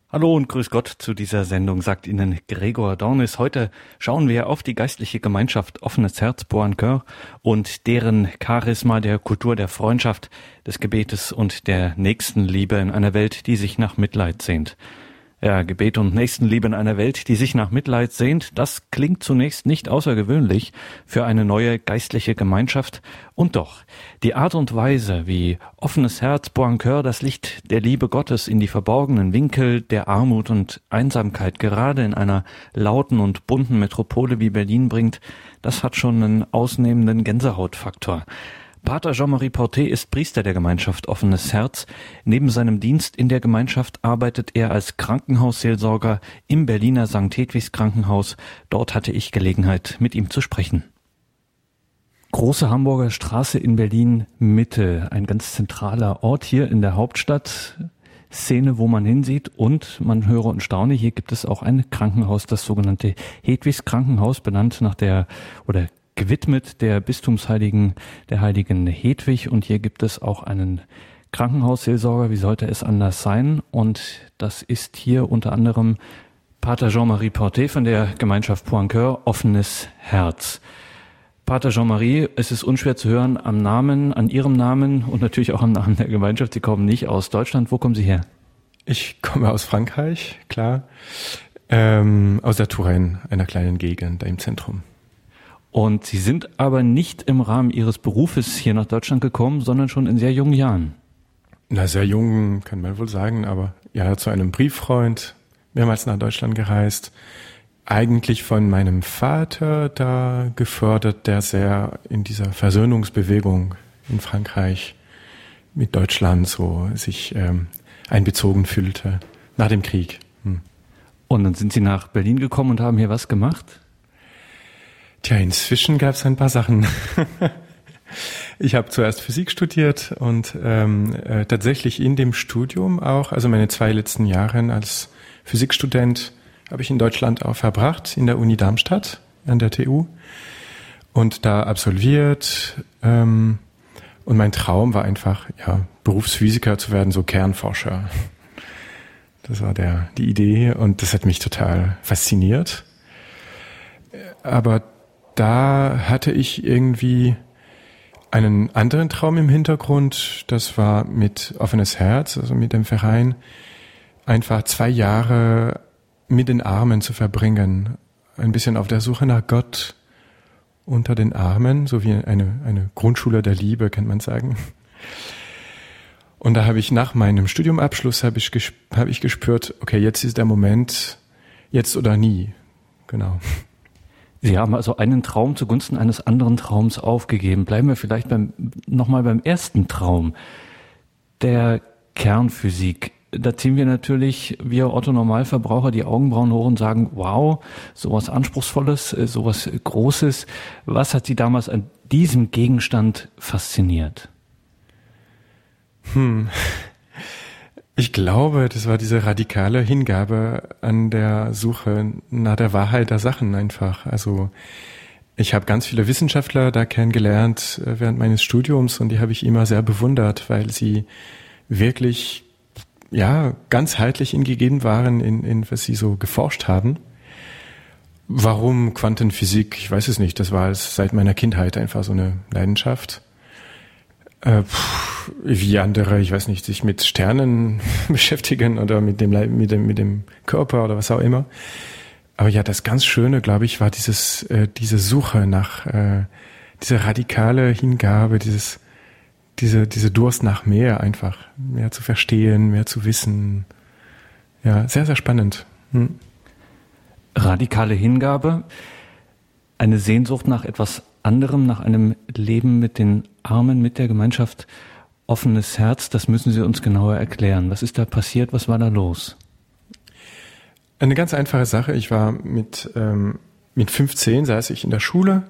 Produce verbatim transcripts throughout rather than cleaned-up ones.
Hallo und grüß Gott zu dieser Sendung, sagt Ihnen Gregor Dornis. Heute schauen wir auf die geistliche Gemeinschaft Offenes Herz Beauharncourt und deren Charisma der Kultur der Freundschaft, des Gebetes und der Nächstenliebe in einer Welt, die sich nach Mitleid sehnt. Ja, Gebet und Nächstenliebe in einer Welt, die sich nach Mitleid sehnt, das klingt zunächst nicht außergewöhnlich für eine neue geistliche Gemeinschaft. Und doch, die Art und Weise, wie Offenes Herz Beauharncourt das Licht der Liebe Gottes in die verborgenen Winkel der Armut und Einsamkeit gerade in einer lauten und bunten Metropole wie Berlin bringt, das hat schon einen ausnehmenden Gänsehautfaktor. Pater Jean-Marie Portet ist Priester der Gemeinschaft Offenes Herz. Neben seinem Dienst in der Gemeinschaft arbeitet er als Krankenhausseelsorger im Berliner Sankt Hedwigs Krankenhaus. Dort hatte ich Gelegenheit, mit ihm zu sprechen. Große Hamburger Straße in Berlin Mitte, ein ganz zentraler Ort hier in der Hauptstadt. Szene, wo man hinsieht und man höre und staune, hier gibt es auch ein Krankenhaus, das sogenannte Hedwigs Krankenhaus, benannt nach der oder gewidmet der Bistumsheiligen, der heiligen Hedwig. Und hier gibt es auch einen Krankenhausseelsorger, wie sollte es anders sein? Und das ist hier unter anderem Pater Jean-Marie Portet von der Gemeinschaft Beauharncourt, Offenes Herz. Pater Jean-Marie, es ist unschwer zu hören am Namen, an Ihrem Namen und natürlich auch am Namen der Gemeinschaft. Sie kommen nicht aus Deutschland. Wo kommen Sie her? Ich komme aus Frankreich, klar, ähm, aus der Touraine, einer kleinen Gegend da im Zentrum. Und Sie sind aber nicht im Rahmen Ihres Berufes hier nach Deutschland gekommen, sondern schon in sehr jungen Jahren. Na, sehr jung kann man wohl sagen, aber ja, zu einem Brieffreund, mehrmals nach Deutschland gereist. Eigentlich von meinem Vater da gefördert, der sehr in dieser Versöhnungsbewegung in Frankreich mit Deutschland so sich ähm, einbezogen fühlte, nach dem Krieg. Hm. Und dann sind Sie nach Berlin gekommen und haben hier was gemacht? Tja, inzwischen gab es ein paar Sachen. Ich habe zuerst Physik studiert und ähm, äh, tatsächlich in dem Studium auch, also meine zwei letzten Jahre als Physikstudent habe ich in Deutschland auch verbracht, in der Uni Darmstadt an der T U und da absolviert. Ähm, und mein Traum war einfach, ja, Berufsphysiker zu werden, so Kernforscher. Das war der die Idee und das hat mich total fasziniert. Aber da hatte ich irgendwie einen anderen Traum im Hintergrund. Das war mit Offenes Herz, also mit dem Verein, einfach zwei Jahre mit den Armen zu verbringen. Ein bisschen auf der Suche nach Gott unter den Armen, so wie eine, eine Grundschule der Liebe, kann man sagen. Und da habe ich nach meinem Studiumabschluss habe ich, gesp- habe ich gespürt, okay, jetzt ist der Moment, jetzt oder nie. Genau. Sie haben also einen Traum zugunsten eines anderen Traums aufgegeben. Bleiben wir vielleicht beim, nochmal beim ersten Traum, der Kernphysik. Da ziehen wir natürlich, wir Otto-Normalverbraucher, die Augenbrauen hoch und sagen, wow, sowas Anspruchsvolles, sowas Großes. Was hat Sie damals an diesem Gegenstand fasziniert? Hm. Ich glaube, das war diese radikale Hingabe an der Suche nach der Wahrheit der Sachen einfach. Also ich habe ganz viele Wissenschaftler da kennengelernt während meines Studiums und die habe ich immer sehr bewundert, weil sie wirklich ja ganzheitlich hingegeben waren in, in was sie so geforscht haben. Warum Quantenphysik? Ich weiß es nicht. Das war seit meiner Kindheit einfach so eine Leidenschaft. Äh, pff, wie andere, ich weiß nicht, sich mit Sternen beschäftigen oder mit dem, mit dem, mit dem Körper oder was auch immer. Aber ja, das ganz Schöne, glaube ich, war dieses, äh, diese Suche nach, äh, diese radikale Hingabe, dieses, diese, diese Durst nach mehr einfach, mehr zu verstehen, mehr zu wissen. Ja, sehr, sehr spannend. Hm. Radikale Hingabe, eine Sehnsucht nach etwas anderem, nach einem Leben mit den Armen, mit der Gemeinschaft Offenes Herz, das müssen Sie uns genauer erklären. Was ist da passiert? Was war da los? Eine ganz einfache Sache. Ich war mit, ähm, mit fünfzehn, saß ich in der Schule.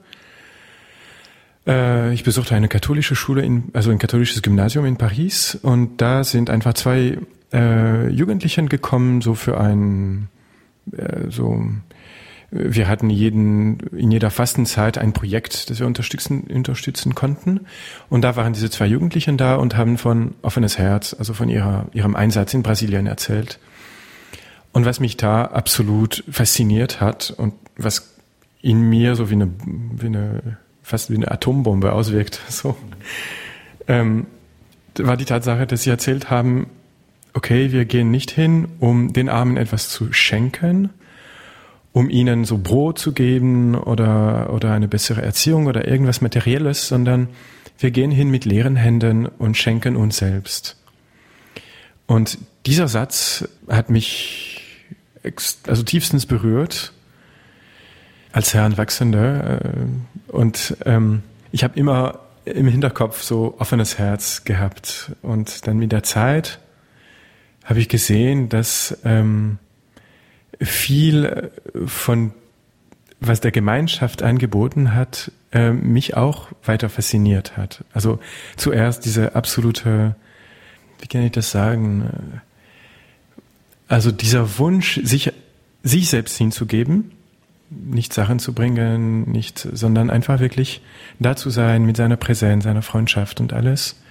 Äh, ich besuchte eine katholische Schule, in, also ein katholisches Gymnasium in Paris. Und da sind einfach zwei äh, Jugendlichen gekommen, so für ein, äh, so, wir hatten jeden, in jeder Fastenzeit ein Projekt, das wir unterstützen, unterstützen konnten. Und da waren diese zwei Jugendlichen da und haben von Offenes Herz, also von ihrer, ihrem Einsatz in Brasilien erzählt. Und was mich da absolut fasziniert hat und was in mir so wie eine, wie eine fast wie eine Atombombe auswirkt, so, ähm, war die Tatsache, dass sie erzählt haben, okay, wir gehen nicht hin, um den Armen etwas zu schenken, um ihnen so Brot zu geben oder, oder eine bessere Erziehung oder irgendwas Materielles, sondern wir gehen hin mit leeren Händen und schenken uns selbst. Und dieser Satz hat mich also tiefstens berührt als Heranwachsender. Und ähm, ich habe immer im Hinterkopf so offenes Herz gehabt. Und dann mit der Zeit habe ich gesehen, dass ähm, viel von was der Gemeinschaft angeboten hat, äh, mich auch weiter fasziniert hat. Also zuerst diese absolute, wie kann ich das sagen, also dieser Wunsch, sich, sich selbst hinzugeben, nicht Sachen zu bringen, nicht, sondern einfach wirklich da zu sein mit seiner Präsenz, seiner Freundschaft und alles.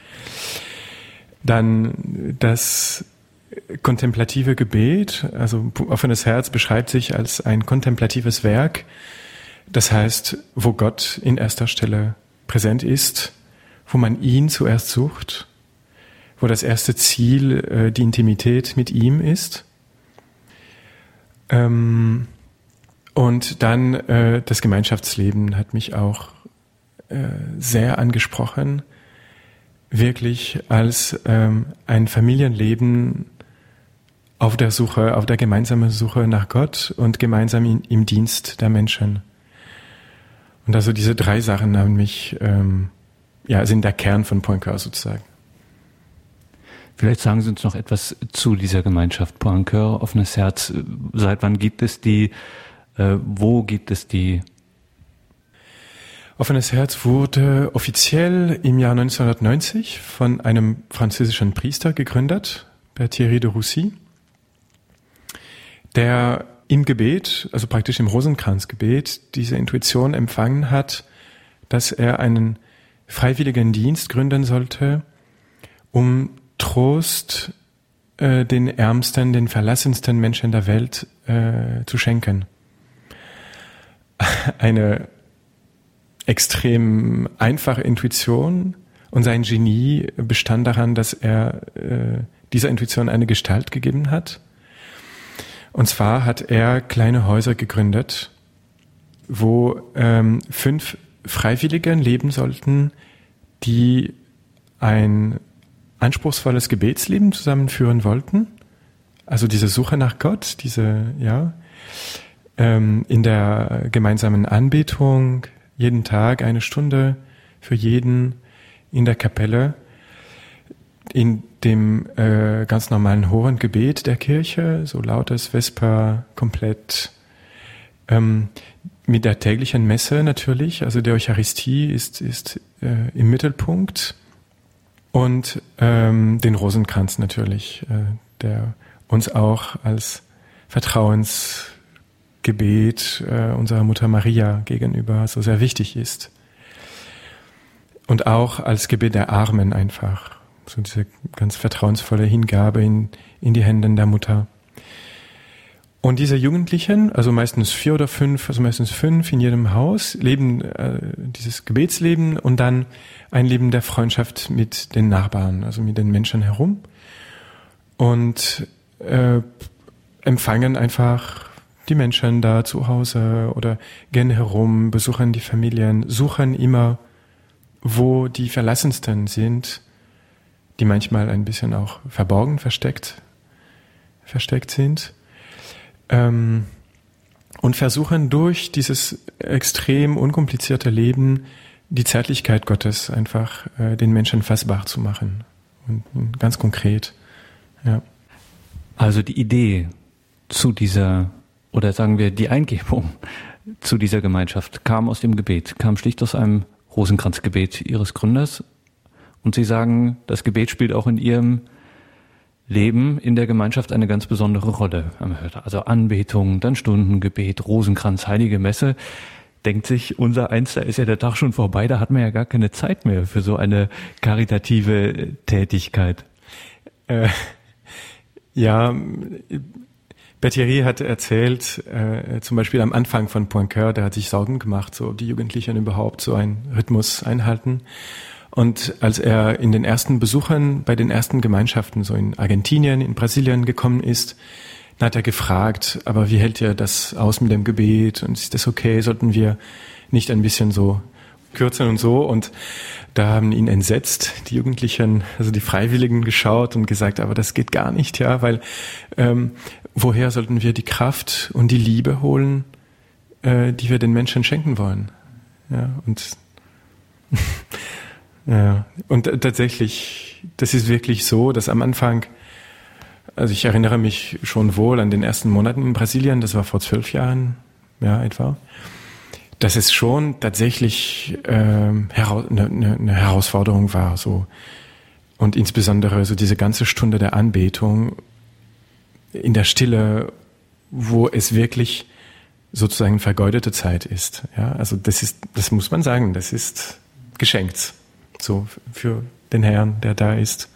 Dann das kontemplative Gebet, also offenes Herz beschreibt sich als ein kontemplatives Werk, das heißt, wo Gott in erster Stelle präsent ist, wo man ihn zuerst sucht, wo das erste Ziel äh, die Intimität mit ihm ist. Ähm, und dann äh, das Gemeinschaftsleben hat mich auch äh, sehr angesprochen, wirklich als ähm, ein Familienleben auf der Suche, auf der gemeinsamen Suche nach Gott und gemeinsam in, im Dienst der Menschen. Und also diese drei Sachen haben mich, ähm, ja, sind der Kern von Poincaré sozusagen. Vielleicht sagen Sie uns noch etwas zu dieser Gemeinschaft Poincaré, offenes Herz. Seit wann gibt es die? Äh, wo gibt es die? Offenes Herz wurde offiziell im Jahr neunzehnhundertneunzig von einem französischen Priester gegründet, bei Thierry de Roussy, der im Gebet, also praktisch im Rosenkranzgebet, diese Intuition empfangen hat, dass er einen freiwilligen Dienst gründen sollte, um Trost äh, den ärmsten, den verlassensten Menschen der Welt äh, zu schenken. Eine extrem einfache Intuition, und sein Genie bestand daran, dass er äh, dieser Intuition eine Gestalt gegeben hat. Und zwar hat er kleine Häuser gegründet, wo ähm, fünf Freiwilligen leben sollten, die ein anspruchsvolles Gebetsleben zusammenführen wollten. Also diese Suche nach Gott, diese, ja, ähm, in der gemeinsamen Anbetung, jeden Tag eine Stunde für jeden in der Kapelle, in dem äh, ganz normalen hohen Gebet der Kirche, so lautes Vesper, komplett, ähm, mit der täglichen Messe natürlich, also der Eucharistie ist, ist äh, im Mittelpunkt, und ähm, den Rosenkranz natürlich, äh, der uns auch als Vertrauensgebet äh, unserer Mutter Maria gegenüber so sehr wichtig ist. Und auch als Gebet der Armen einfach. So diese ganz vertrauensvolle Hingabe in, in die Hände der Mutter. Und diese Jugendlichen, also meistens vier oder fünf, also meistens fünf in jedem Haus, leben äh, dieses Gebetsleben und dann ein Leben der Freundschaft mit den Nachbarn, also mit den Menschen herum. Und äh, empfangen einfach die Menschen da zu Hause oder gehen herum, besuchen die Familien, suchen immer, wo die Verlassensten sind, die manchmal ein bisschen auch verborgen, versteckt, versteckt sind, ähm, und versuchen durch dieses extrem unkomplizierte Leben die Zärtlichkeit Gottes einfach äh, den Menschen fassbar zu machen. Und, und ganz konkret, ja. Also die Idee zu dieser, oder sagen wir die Eingebung zu dieser Gemeinschaft kam aus dem Gebet, kam schlicht aus einem Rosenkranzgebet Ihres Gründers. Und Sie sagen, das Gebet spielt auch in Ihrem Leben in der Gemeinschaft eine ganz besondere Rolle. Also Anbetung, dann Stundengebet, Rosenkranz, Heilige Messe. Denkt sich unser Eins, da ist ja der Tag schon vorbei, da hat man ja gar keine Zeit mehr für so eine karitative Tätigkeit. Äh, ja, Thierry hat erzählt, äh, zum Beispiel am Anfang von Poincaré, der hat sich Sorgen gemacht, so ob die Jugendlichen überhaupt so einen Rhythmus einhalten. Und als er in den ersten Besuchen bei den ersten Gemeinschaften so in Argentinien, in Brasilien gekommen ist, dann hat er gefragt, aber wie hält ihr das aus mit dem Gebet und ist das okay, sollten wir nicht ein bisschen so kürzen und so? Und da haben ihn entsetzt, die Jugendlichen, also die Freiwilligen geschaut und gesagt, aber das geht gar nicht, ja, weil ähm, woher sollten wir die Kraft und die Liebe holen, äh, die wir den Menschen schenken wollen? Ja, und ja, und tatsächlich, das ist wirklich so, dass am Anfang, also ich erinnere mich schon wohl an den ersten Monaten in Brasilien, das war vor zwölf Jahren, ja, etwa, dass es schon tatsächlich ähm, hera- eine, eine Herausforderung war, so. Und insbesondere so diese ganze Stunde der Anbetung in der Stille, wo es wirklich sozusagen vergeudete Zeit ist. Ja, also das ist, das muss man sagen, das ist geschenkt, so für den Herrn, der da ist.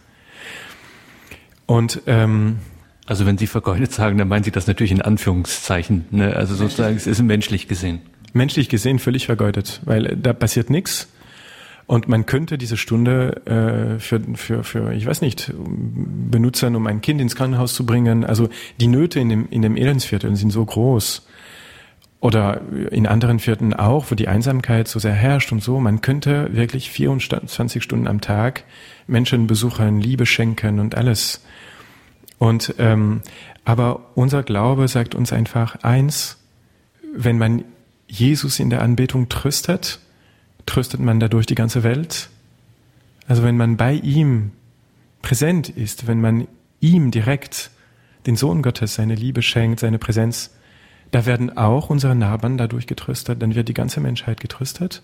Und ähm, also wenn Sie vergeudet sagen, dann meinen Sie das natürlich in Anführungszeichen, ne? Also sozusagen, es ist menschlich gesehen. Menschlich gesehen völlig vergeudet, weil da passiert nichts. Und man könnte diese Stunde äh, für, für, für, ich weiß nicht, benutzen, um ein Kind ins Krankenhaus zu bringen. Also die Nöte in dem, in dem Elendsviertel sind so groß. Oder in anderen Vierteln auch, wo die Einsamkeit so sehr herrscht und so. Man könnte wirklich vierundzwanzig Stunden am Tag Menschen besuchen, Liebe schenken und alles. Und ähm, aber unser Glaube sagt uns einfach eins: Wenn man Jesus in der Anbetung tröstet, tröstet man dadurch die ganze Welt. Also wenn man bei ihm präsent ist, wenn man ihm direkt den Sohn Gottes seine Liebe schenkt, seine Präsenz, da werden auch unsere Nachbarn dadurch getröstet, dann wird die ganze Menschheit getröstet.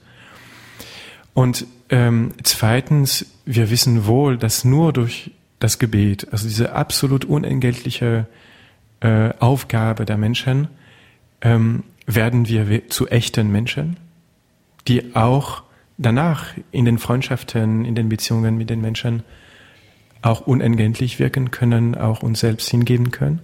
Und ähm, zweitens, wir wissen wohl, dass nur durch das Gebet, also diese absolut unentgeltliche äh, Aufgabe der Menschen, ähm, werden wir zu echten Menschen, die auch danach in den Freundschaften, in den Beziehungen mit den Menschen auch unentgeltlich wirken können, auch uns selbst hingeben können.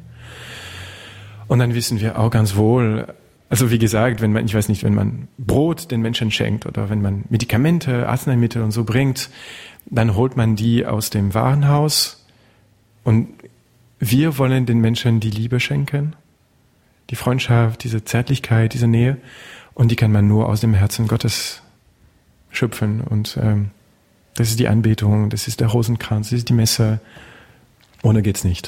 Und dann wissen wir auch ganz wohl, also wie gesagt, wenn man, ich weiß nicht, wenn man Brot den Menschen schenkt oder wenn man Medikamente, Arzneimittel und so bringt, dann holt man die aus dem Warenhaus und wir wollen den Menschen die Liebe schenken, die Freundschaft, diese Zärtlichkeit, diese Nähe, und die kann man nur aus dem Herzen Gottes schöpfen. Und ähm, das ist die Anbetung, das ist der Rosenkranz, das ist die Messe. Ohne geht's nicht.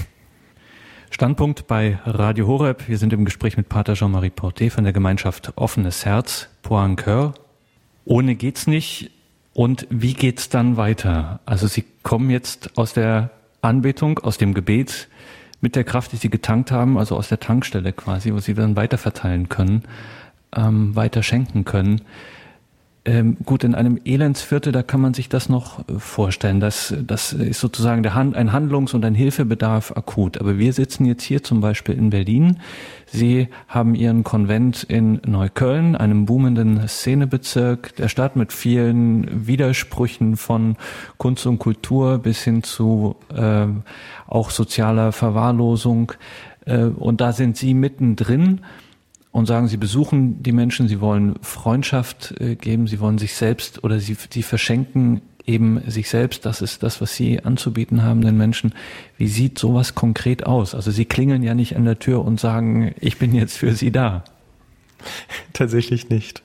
Standpunkt bei Radio Horeb. Wir sind im Gespräch mit Pater Jean-Marie Portet von der Gemeinschaft Offenes Herz, Poincaré. Ohne geht's nicht. Und wie geht's dann weiter? Also Sie kommen jetzt aus der Anbetung, aus dem Gebet, mit der Kraft, die Sie getankt haben, also aus der Tankstelle quasi, wo Sie dann weiter verteilen können, ähm, weiter schenken können. Ähm, gut, in einem Elendsviertel, da kann man sich das noch vorstellen. Das, das ist sozusagen der Hand, ein Handlungs- und ein Hilfebedarf akut. Aber wir sitzen jetzt hier zum Beispiel in Berlin. Sie haben Ihren Konvent in Neukölln, einem boomenden Szenebezirk der Stadt mit vielen Widersprüchen von Kunst und Kultur bis hin zu äh, auch sozialer Verwahrlosung. Äh, und da sind Sie mittendrin und sagen, Sie besuchen die Menschen, Sie wollen Freundschaft äh, geben, Sie wollen sich selbst oder Sie, Sie verschenken eben sich selbst. Das ist das, was Sie anzubieten haben den Menschen. Wie sieht sowas konkret aus? Also Sie klingeln ja nicht an der Tür und sagen, ich bin jetzt für Sie da. Tatsächlich nicht.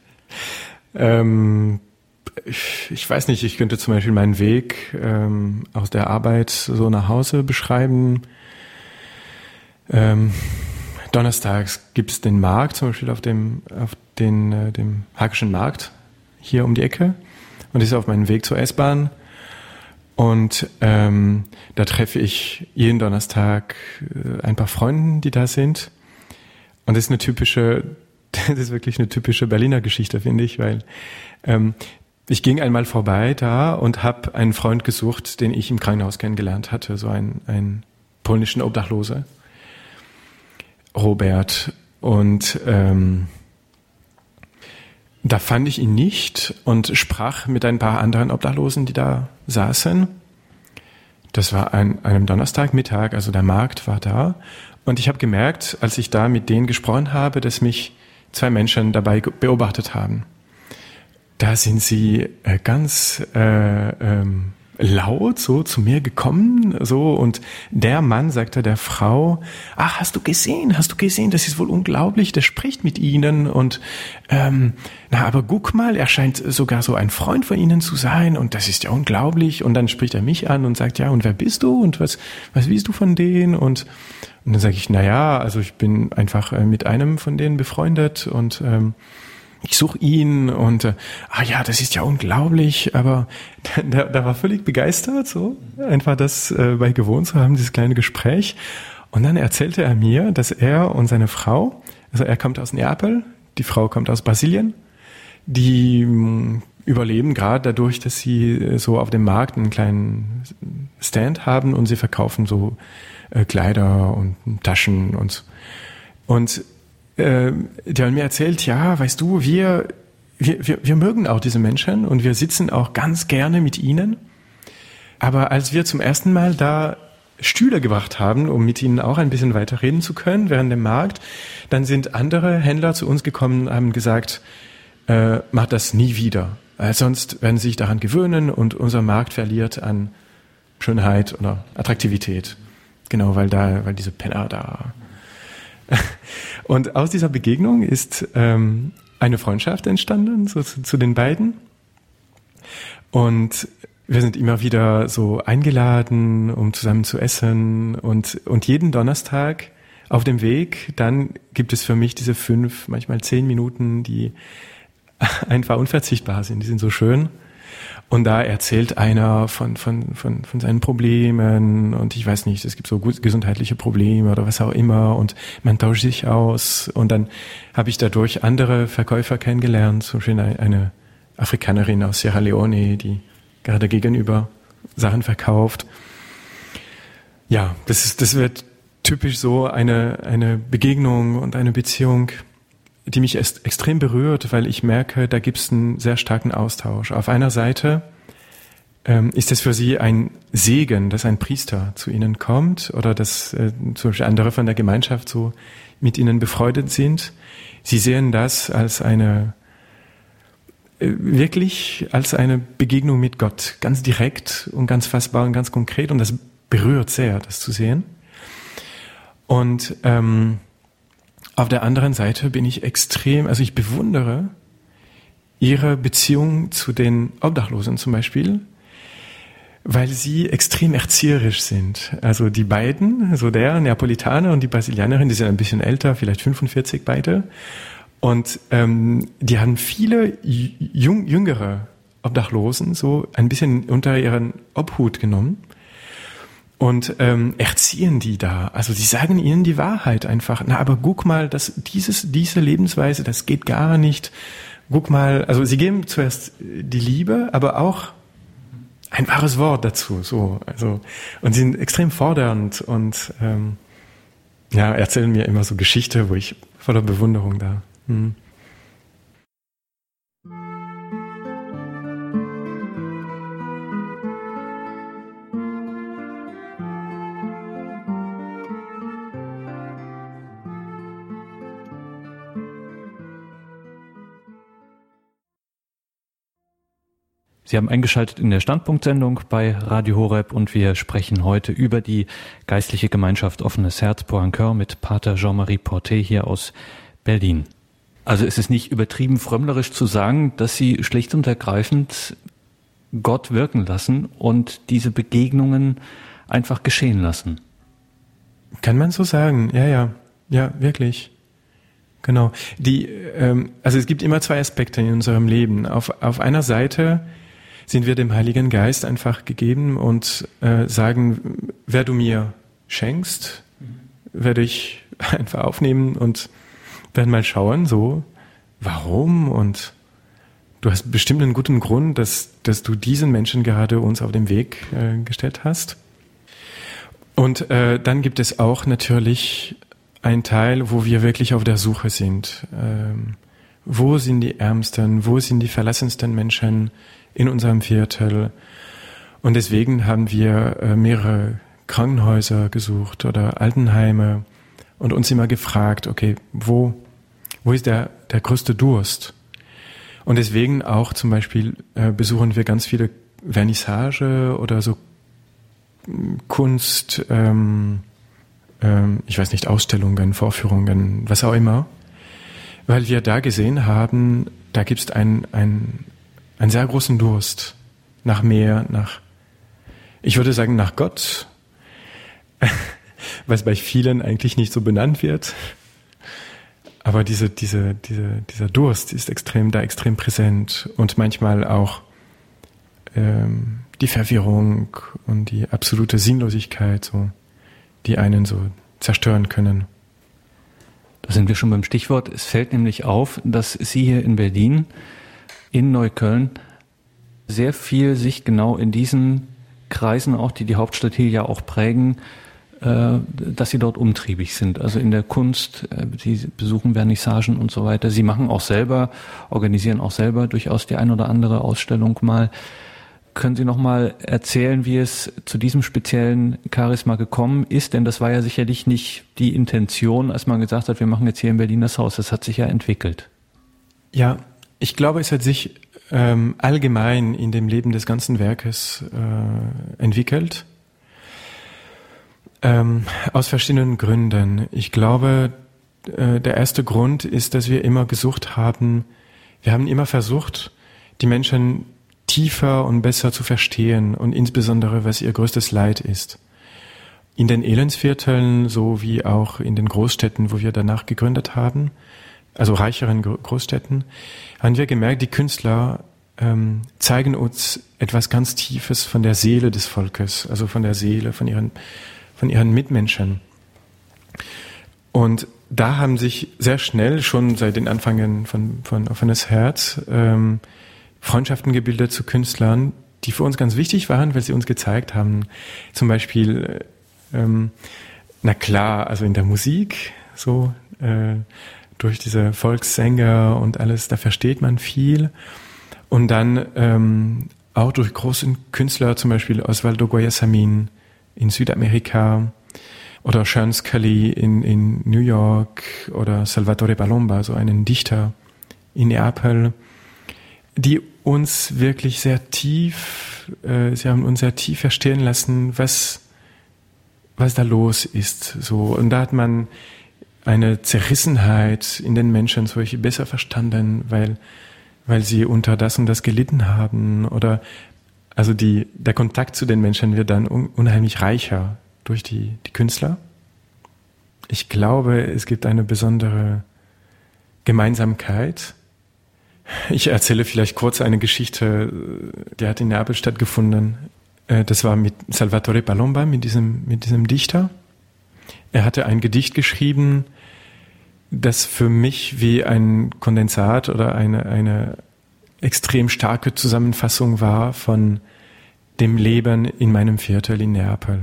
Ähm, ich, ich weiß nicht, ich könnte zum Beispiel meinen Weg ähm, aus der Arbeit so nach Hause beschreiben. Ähm, Donnerstags gibt es den Markt, zum Beispiel auf dem, auf den, äh, dem Hackischen Markt hier um die Ecke. Und ich bin auf meinem Weg zur S-Bahn. Und ähm, da treffe ich jeden Donnerstag äh, ein paar Freunde, die da sind. Und das ist eine typische, das ist wirklich eine typische Berliner Geschichte, finde ich, weil ähm, ich ging einmal vorbei da und habe einen Freund gesucht, den ich im Krankenhaus kennengelernt hatte, so einen, einen polnischen Obdachloser. Robert, und ähm, da fand ich ihn nicht und sprach mit ein paar anderen Obdachlosen, die da saßen. Das war an einem Donnerstagmittag, also der Markt war da. Und ich habe gemerkt, als ich da mit denen gesprochen habe, dass mich zwei Menschen dabei beobachtet haben. Da sind sie äh, ganz äh, ähm, laut so zu mir gekommen, so, und der Mann sagte der Frau: Ach, hast du gesehen, hast du gesehen, das ist wohl unglaublich, der spricht mit Ihnen und ähm, na, aber guck mal, er scheint sogar so ein Freund von Ihnen zu sein und das ist ja unglaublich. Und dann spricht er mich an und sagt: Ja, und wer bist du und was was willst du von denen? Und und dann sage ich: Na ja, also ich bin einfach äh, mit einem von denen befreundet und ähm, ich suche ihn und äh, ah ja, das ist ja unglaublich, aber der, der war völlig begeistert, so einfach das äh, bei gewohnt zu haben, dieses kleine Gespräch. Und dann erzählte er mir, dass er und seine Frau, also er kommt aus Neapel, die Frau kommt aus Brasilien, die mh, überleben gerade dadurch, dass sie so auf dem Markt einen kleinen Stand haben und sie verkaufen so äh, Kleider und Taschen und so. Und äh, die haben mir erzählt, ja, weißt du, wir, wir, wir, wir mögen auch diese Menschen und wir sitzen auch ganz gerne mit ihnen. Aber als wir zum ersten Mal da Stühle gebracht haben, um mit ihnen auch ein bisschen weiter reden zu können während dem Markt, dann sind andere Händler zu uns gekommen und haben gesagt, äh, macht das nie wieder. Weil sonst werden sie sich daran gewöhnen und unser Markt verliert an Schönheit oder Attraktivität. Genau, weil da, weil diese Penner da. Und aus dieser Begegnung ist ähm, eine Freundschaft entstanden, so zu, zu den beiden. Und wir sind immer wieder so eingeladen, um zusammen zu essen. Und, und jeden Donnerstag auf dem Weg, dann gibt es für mich diese fünf, manchmal zehn Minuten, die einfach unverzichtbar sind. Die sind so schön. Und da erzählt einer von, von, von, von seinen Problemen und ich weiß nicht, es gibt so gesundheitliche Probleme oder was auch immer und man tauscht sich aus und dann habe ich dadurch andere Verkäufer kennengelernt, zum Beispiel eine Afrikanerin aus Sierra Leone, die gerade gegenüber Sachen verkauft. Ja, das ist, das wird typisch so eine, eine Begegnung und eine Beziehung, die mich erst extrem berührt, weil ich merke, da gibt es einen sehr starken Austausch. Auf einer Seite ähm, ist es für sie ein Segen, dass ein Priester zu ihnen kommt oder dass äh, zum Beispiel andere von der Gemeinschaft so mit ihnen befreundet sind. Sie sehen das als eine, äh, wirklich als eine Begegnung mit Gott, ganz direkt und ganz fassbar und ganz konkret und das berührt sehr, das zu sehen. Und ähm, auf der anderen Seite bin ich extrem, also ich bewundere ihre Beziehung zu den Obdachlosen zum Beispiel, weil sie extrem erzieherisch sind. Also die beiden, also der Neapolitaner und die Brasilianerin, die sind ein bisschen älter, vielleicht fünfundvierzig beide. Und ähm, die haben viele jung, jüngere Obdachlosen so ein bisschen unter ihren Obhut genommen. Und ähm, erziehen die da. Also sie sagen ihnen die Wahrheit einfach. Na, aber guck mal, das, dieses, diese Lebensweise, das geht gar nicht. Guck mal, also sie geben zuerst die Liebe, aber auch ein wahres Wort dazu. So, also und sie sind extrem fordernd und ähm, ja, erzählen mir immer so Geschichte, wo ich voller Bewunderung da. Hm. Sie haben eingeschaltet in der Standpunktsendung bei Radio Horeb und wir sprechen heute über die geistliche Gemeinschaft Offenes Herz Poincaré mit Pater Jean-Marie Portet hier aus Berlin. Also ist es nicht übertrieben frömmlerisch zu sagen, dass Sie schlicht und ergreifend Gott wirken lassen und diese Begegnungen einfach geschehen lassen? Kann man so sagen, ja, ja, ja, wirklich. Genau. Die, ähm, also es gibt immer zwei Aspekte in unserem Leben. Auf, auf einer Seite sind wir dem Heiligen Geist einfach gegeben und äh, sagen, wer du mir schenkst, werde ich einfach aufnehmen und werden mal schauen, so, warum? Und du hast bestimmt einen guten Grund, dass, dass du diesen Menschen gerade uns auf den Weg äh, gestellt hast. Und äh, dann gibt es auch natürlich ein Teil, wo wir wirklich auf der Suche sind. Ähm, wo sind die Ärmsten? Wo sind die verlassensten Menschen in unserem Viertel? Und deswegen haben wir äh, mehrere Krankenhäuser gesucht oder Altenheime und uns immer gefragt, okay, wo, wo ist der, der größte Durst? Und deswegen auch zum Beispiel äh, besuchen wir ganz viele Vernissage oder so Kunst, ähm, ähm, ich weiß nicht, Ausstellungen, Vorführungen, was auch immer, weil wir da gesehen haben, da gibt es einen, einen, einen sehr großen Durst nach mehr, nach, ich würde sagen, nach Gott, was bei vielen eigentlich nicht so benannt wird. Aber diese, diese, diese, dieser Durst ist extrem, da extrem präsent und manchmal auch ähm, die Verwirrung und die absolute Sinnlosigkeit, so, die einen so zerstören können. Da sind wir schon beim Stichwort. Es fällt nämlich auf, dass Sie hier in Berlin, in Neukölln, sehr viel sich genau in diesen Kreisen auch, die die Hauptstadt hier ja auch prägen, äh, dass Sie dort umtriebig sind. Also in der Kunst, äh, Sie besuchen Vernissagen und so weiter. Sie machen auch selber, organisieren auch selber durchaus die ein oder andere Ausstellung mal. Können Sie noch mal erzählen, wie es zu diesem speziellen Charisma gekommen ist? Denn das war ja sicherlich nicht die Intention, als man gesagt hat, wir machen jetzt hier in Berlin das Haus. Das hat sich ja entwickelt. Ja, ich glaube, es hat sich ähm, allgemein in dem Leben des ganzen Werkes äh, entwickelt. Ähm, aus verschiedenen Gründen. Ich glaube, äh, der erste Grund ist, dass wir immer gesucht haben, wir haben immer versucht, die Menschen tiefer und besser zu verstehen und insbesondere, was ihr größtes Leid ist. In den Elendsvierteln, so wie auch in den Großstädten, wo wir danach gegründet haben, also reicheren Großstädten, haben wir gemerkt, die Künstler ähm, zeigen uns etwas ganz Tiefes von der Seele des Volkes, also von der Seele, von ihren, von ihren Mitmenschen. Und da haben sich sehr schnell, schon seit den Anfängen von, von Offenes Herz, ähm, Freundschaften gebildet zu Künstlern, die für uns ganz wichtig waren, weil sie uns gezeigt haben, zum Beispiel, ähm, na klar, also in der Musik, so äh, durch diese Volkssänger und alles, da versteht man viel. Und dann ähm, auch durch große Künstler, zum Beispiel Osvaldo Guayasamín in Südamerika oder Sean Scully in, in New York oder Salvatore Balomba, so einen Dichter in Neapel, die uns wirklich sehr tief, äh, sie haben uns sehr tief verstehen lassen, was, was da los ist, so. Und da hat man eine Zerrissenheit in den Menschen so viel besser verstanden, weil, weil sie unter das und das gelitten haben oder, also die, der Kontakt zu den Menschen wird dann un, unheimlich reicher durch die, die Künstler. Ich glaube, es gibt eine besondere Gemeinsamkeit. Ich erzähle vielleicht kurz eine Geschichte, die hat in Neapel stattgefunden. Das war mit Salvatore Balomba, mit diesem, mit diesem Dichter. Er hatte ein Gedicht geschrieben, das für mich wie ein Kondensat oder eine, eine extrem starke Zusammenfassung war von dem Leben in meinem Viertel in Neapel.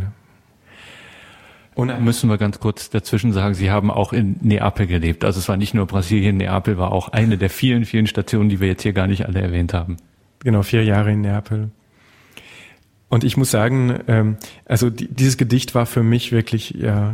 Und müssen wir ganz kurz dazwischen sagen, Sie haben auch in Neapel gelebt. Also es war nicht nur Brasilien, Neapel war auch eine der vielen, vielen Stationen, die wir jetzt hier gar nicht alle erwähnt haben. Genau, vier Jahre in Neapel. Und ich muss sagen, ähm, also die, dieses Gedicht war für mich wirklich ja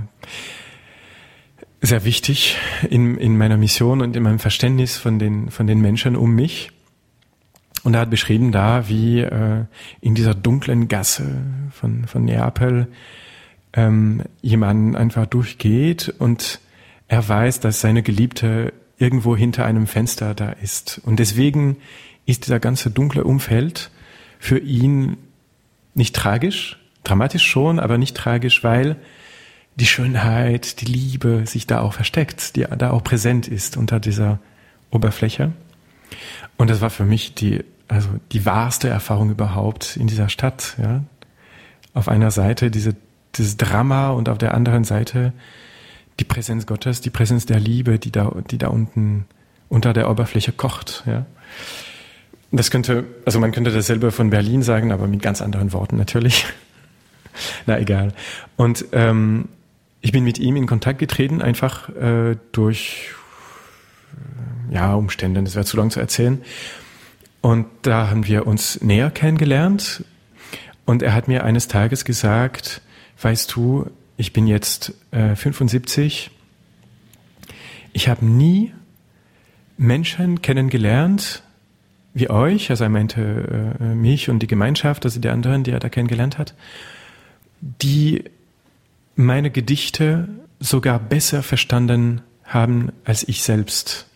sehr wichtig in, in meiner Mission und in meinem Verständnis von den, von den Menschen um mich. Und er hat beschrieben da, wie äh, in dieser dunklen Gasse von, von Neapel ähm, jemand einfach durchgeht und er weiß, dass seine Geliebte irgendwo hinter einem Fenster da ist. Und deswegen ist dieser ganze dunkle Umfeld für ihn nicht tragisch, dramatisch schon, aber nicht tragisch, weil die Schönheit, die Liebe sich da auch versteckt, die da auch präsent ist unter dieser Oberfläche. Und das war für mich die, also die wahrste Erfahrung überhaupt in dieser Stadt, ja. Auf einer Seite diese, dieses Drama und auf der anderen Seite die Präsenz Gottes, die Präsenz der Liebe, die da, die da unten unter der Oberfläche kocht, ja. Das könnte, also man könnte dasselbe von Berlin sagen, aber mit ganz anderen Worten natürlich. Na egal. Und ähm, ich bin mit ihm in Kontakt getreten, einfach äh, durch ja Umstände, das wäre zu lang zu erzählen. Und da haben wir uns näher kennengelernt. Und er hat mir eines Tages gesagt, weißt du, ich bin jetzt äh, fünfundsiebzig, ich habe nie Menschen kennengelernt wie euch, also er meinte äh, mich und die Gemeinschaft, also die anderen, die er da kennengelernt hat, die meine Gedichte sogar besser verstanden haben als ich selbst.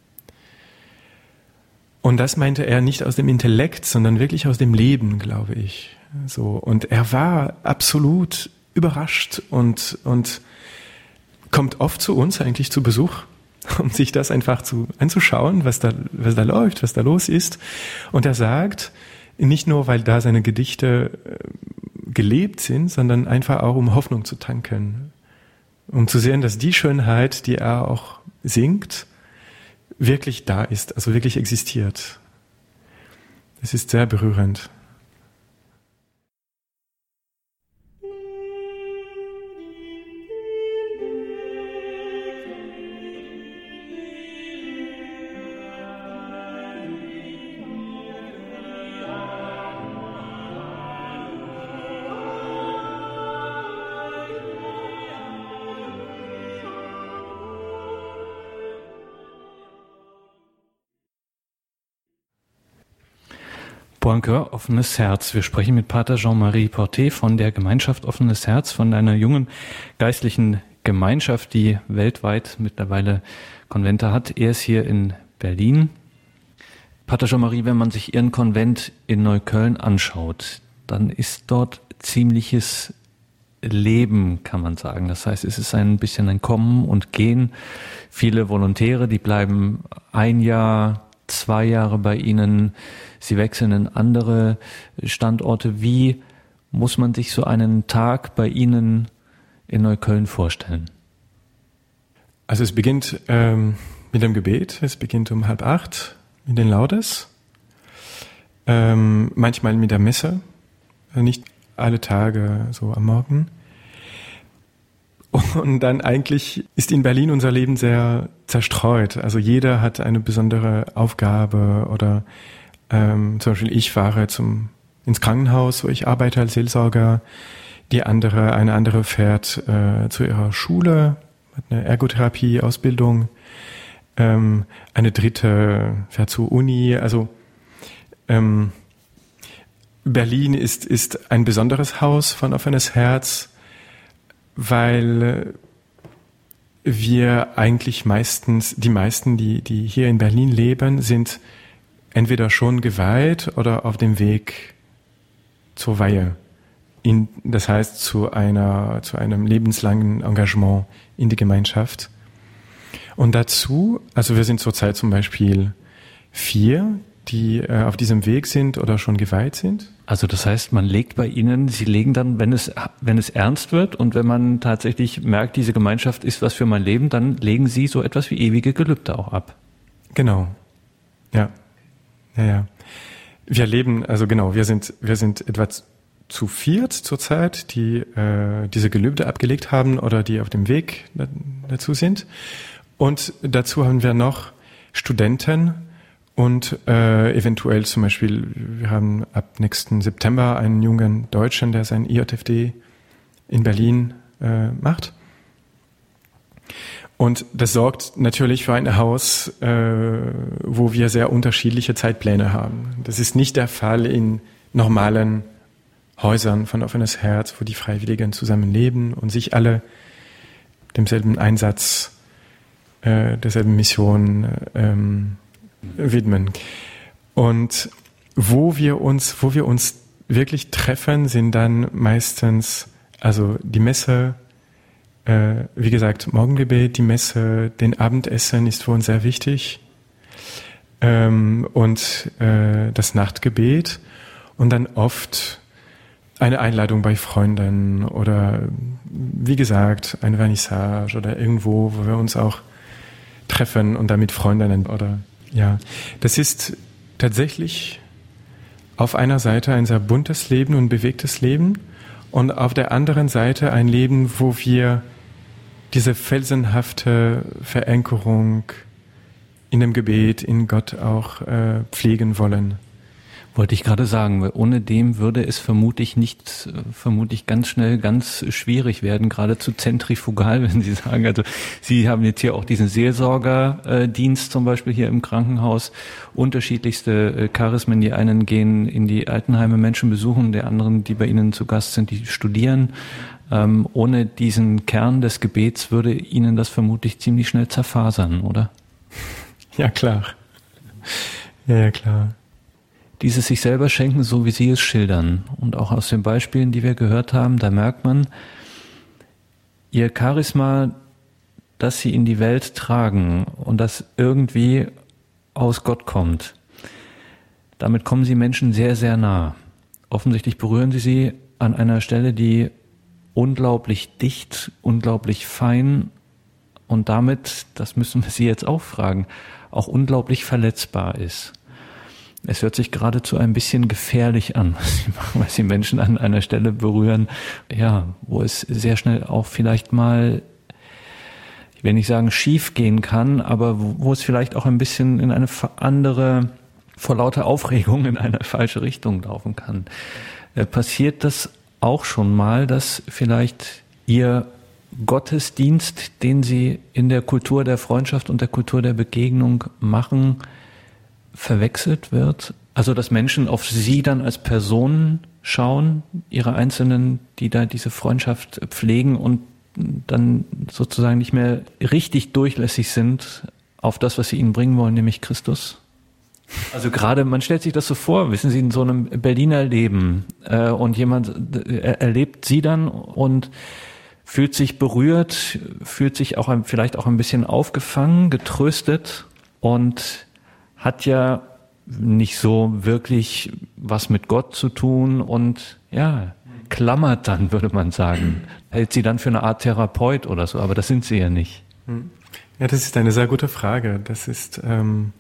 Und das meinte er nicht aus dem Intellekt, sondern wirklich aus dem Leben, glaube ich. So. Und er war absolut überrascht und, und kommt oft zu uns eigentlich zu Besuch, um sich das einfach zu, anzuschauen, was da, was da läuft, was da los ist. Und er sagt, nicht nur, weil da seine Gedichte gelebt sind, sondern einfach auch, um Hoffnung zu tanken. Um zu sehen, dass die Schönheit, die er auch singt, wirklich da ist, also wirklich existiert. Es ist sehr berührend. Boisclair, offenes Herz. Wir sprechen mit Pater Jean-Marie Portet von der Gemeinschaft Offenes Herz, von einer jungen geistlichen Gemeinschaft, die weltweit mittlerweile Konvente hat. Er ist hier in Berlin. Pater Jean-Marie, wenn man sich Ihren Konvent in Neukölln anschaut, dann ist dort ziemliches Leben, kann man sagen. Das heißt, es ist ein bisschen ein Kommen und Gehen. Viele Volontäre, die bleiben ein Jahr, zwei Jahre bei Ihnen. Sie wechseln in andere Standorte. Wie muss man sich so einen Tag bei Ihnen in Neukölln vorstellen? Also es beginnt ähm, mit dem Gebet. Es beginnt um halb acht mit den Laudes. Ähm, manchmal mit der Messe. Also nicht alle Tage so am Morgen. Und dann eigentlich ist in Berlin unser Leben sehr zerstreut. Also jeder hat eine besondere Aufgabe oder ähm, zum Beispiel ich fahre zum, ins Krankenhaus, wo ich arbeite als Seelsorger. Die andere, eine andere fährt äh, zu ihrer Schule, hat eine Ergotherapie-Ausbildung. Ähm, eine dritte fährt zur Uni. Also ähm, Berlin ist, ist ein besonderes Haus von Offenes Herz, weil wir eigentlich meistens, die meisten, die, die hier in Berlin leben, sind entweder schon geweiht oder auf dem Weg zur Weihe. In, das heißt, zu einer, zu einem lebenslangen Engagement in die Gemeinschaft. Und dazu, also wir sind zurzeit zum Beispiel vier, die äh, auf diesem Weg sind oder schon geweiht sind. Also das heißt, man legt bei Ihnen, Sie legen dann, wenn es, wenn es ernst wird und wenn man tatsächlich merkt, diese Gemeinschaft ist was für mein Leben, dann legen Sie so etwas wie ewige Gelübde auch ab. Genau. Ja. Ja, ja. Wir leben, also genau, wir sind, wir sind etwa zu viert zurzeit, die äh, diese Gelübde abgelegt haben oder die auf dem Weg da, dazu sind. Und dazu haben wir noch Studenten, und äh, eventuell zum Beispiel, wir haben ab nächsten September einen jungen Deutschen, der sein I J F D in Berlin äh, macht. Und das sorgt natürlich für ein Haus, äh, wo wir sehr unterschiedliche Zeitpläne haben. Das ist nicht der Fall in normalen Häusern von Offenes Herz, wo die Freiwilligen zusammenleben und sich alle demselben Einsatz, äh, derselben Mission ähm, widmen. Und wo wir uns, wo wir uns wirklich treffen, sind dann meistens, also die Messe, äh, wie gesagt, Morgengebet, die Messe, den Abendessen ist für uns sehr wichtig, ähm, und äh, das Nachtgebet und dann oft eine Einladung bei Freunden oder, wie gesagt, eine Vernissage oder irgendwo, wo wir uns auch treffen und damit Freundinnen oder ja, das ist tatsächlich auf einer Seite ein sehr buntes Leben und bewegtes Leben und auf der anderen Seite ein Leben, wo wir diese felsenhafte Verankerung in dem Gebet, in Gott auch äh, pflegen wollen. Wollte ich gerade sagen, weil ohne dem würde es vermutlich nicht, vermutlich ganz schnell ganz schwierig werden, geradezu zentrifugal, wenn Sie sagen, also Sie haben jetzt hier auch diesen Seelsorgerdienst zum Beispiel hier im Krankenhaus, unterschiedlichste Charismen, die einen gehen in die Altenheime Menschen besuchen, der anderen, die bei Ihnen zu Gast sind, die studieren. Ähm, ohne diesen Kern des Gebets würde Ihnen das vermutlich ziemlich schnell zerfasern, oder? Ja, klar. Ja, ja, klar. Dieses sich selber schenken, so wie Sie es schildern. Und auch aus den Beispielen, die wir gehört haben, da merkt man, Ihr Charisma, das Sie in die Welt tragen und das irgendwie aus Gott kommt, damit kommen Sie Menschen sehr, sehr nah. Offensichtlich berühren Sie sie an einer Stelle, die unglaublich dicht, unglaublich fein und damit, das müssen wir Sie jetzt auch fragen, auch unglaublich verletzbar ist. Es hört sich geradezu ein bisschen gefährlich an, was Sie machen, weil Sie Menschen an einer Stelle berühren, ja, wo es sehr schnell auch vielleicht mal, ich will nicht sagen schief gehen kann, aber wo, wo es vielleicht auch ein bisschen in eine andere, vor lauter Aufregung in eine falsche Richtung laufen kann. Äh, passiert das auch schon mal, dass vielleicht Ihr Gottesdienst, den Sie in der Kultur der Freundschaft und der Kultur der Begegnung machen, verwechselt wird? Also, dass Menschen auf Sie dann als Personen schauen, Ihre Einzelnen, die da diese Freundschaft pflegen und dann sozusagen nicht mehr richtig durchlässig sind auf das, was Sie ihnen bringen wollen, nämlich Christus? Also gerade, man stellt sich das so vor, wissen Sie, in so einem Berliner Leben äh, und jemand äh, erlebt Sie dann und fühlt sich berührt, fühlt sich auch ein, vielleicht auch ein bisschen aufgefangen, getröstet und hat ja nicht so wirklich was mit Gott zu tun und ja, klammert dann, würde man sagen. Hält Sie dann für eine Art Therapeut oder so, aber das sind Sie ja nicht. Ja, das ist eine sehr gute Frage. Das ist, ähm,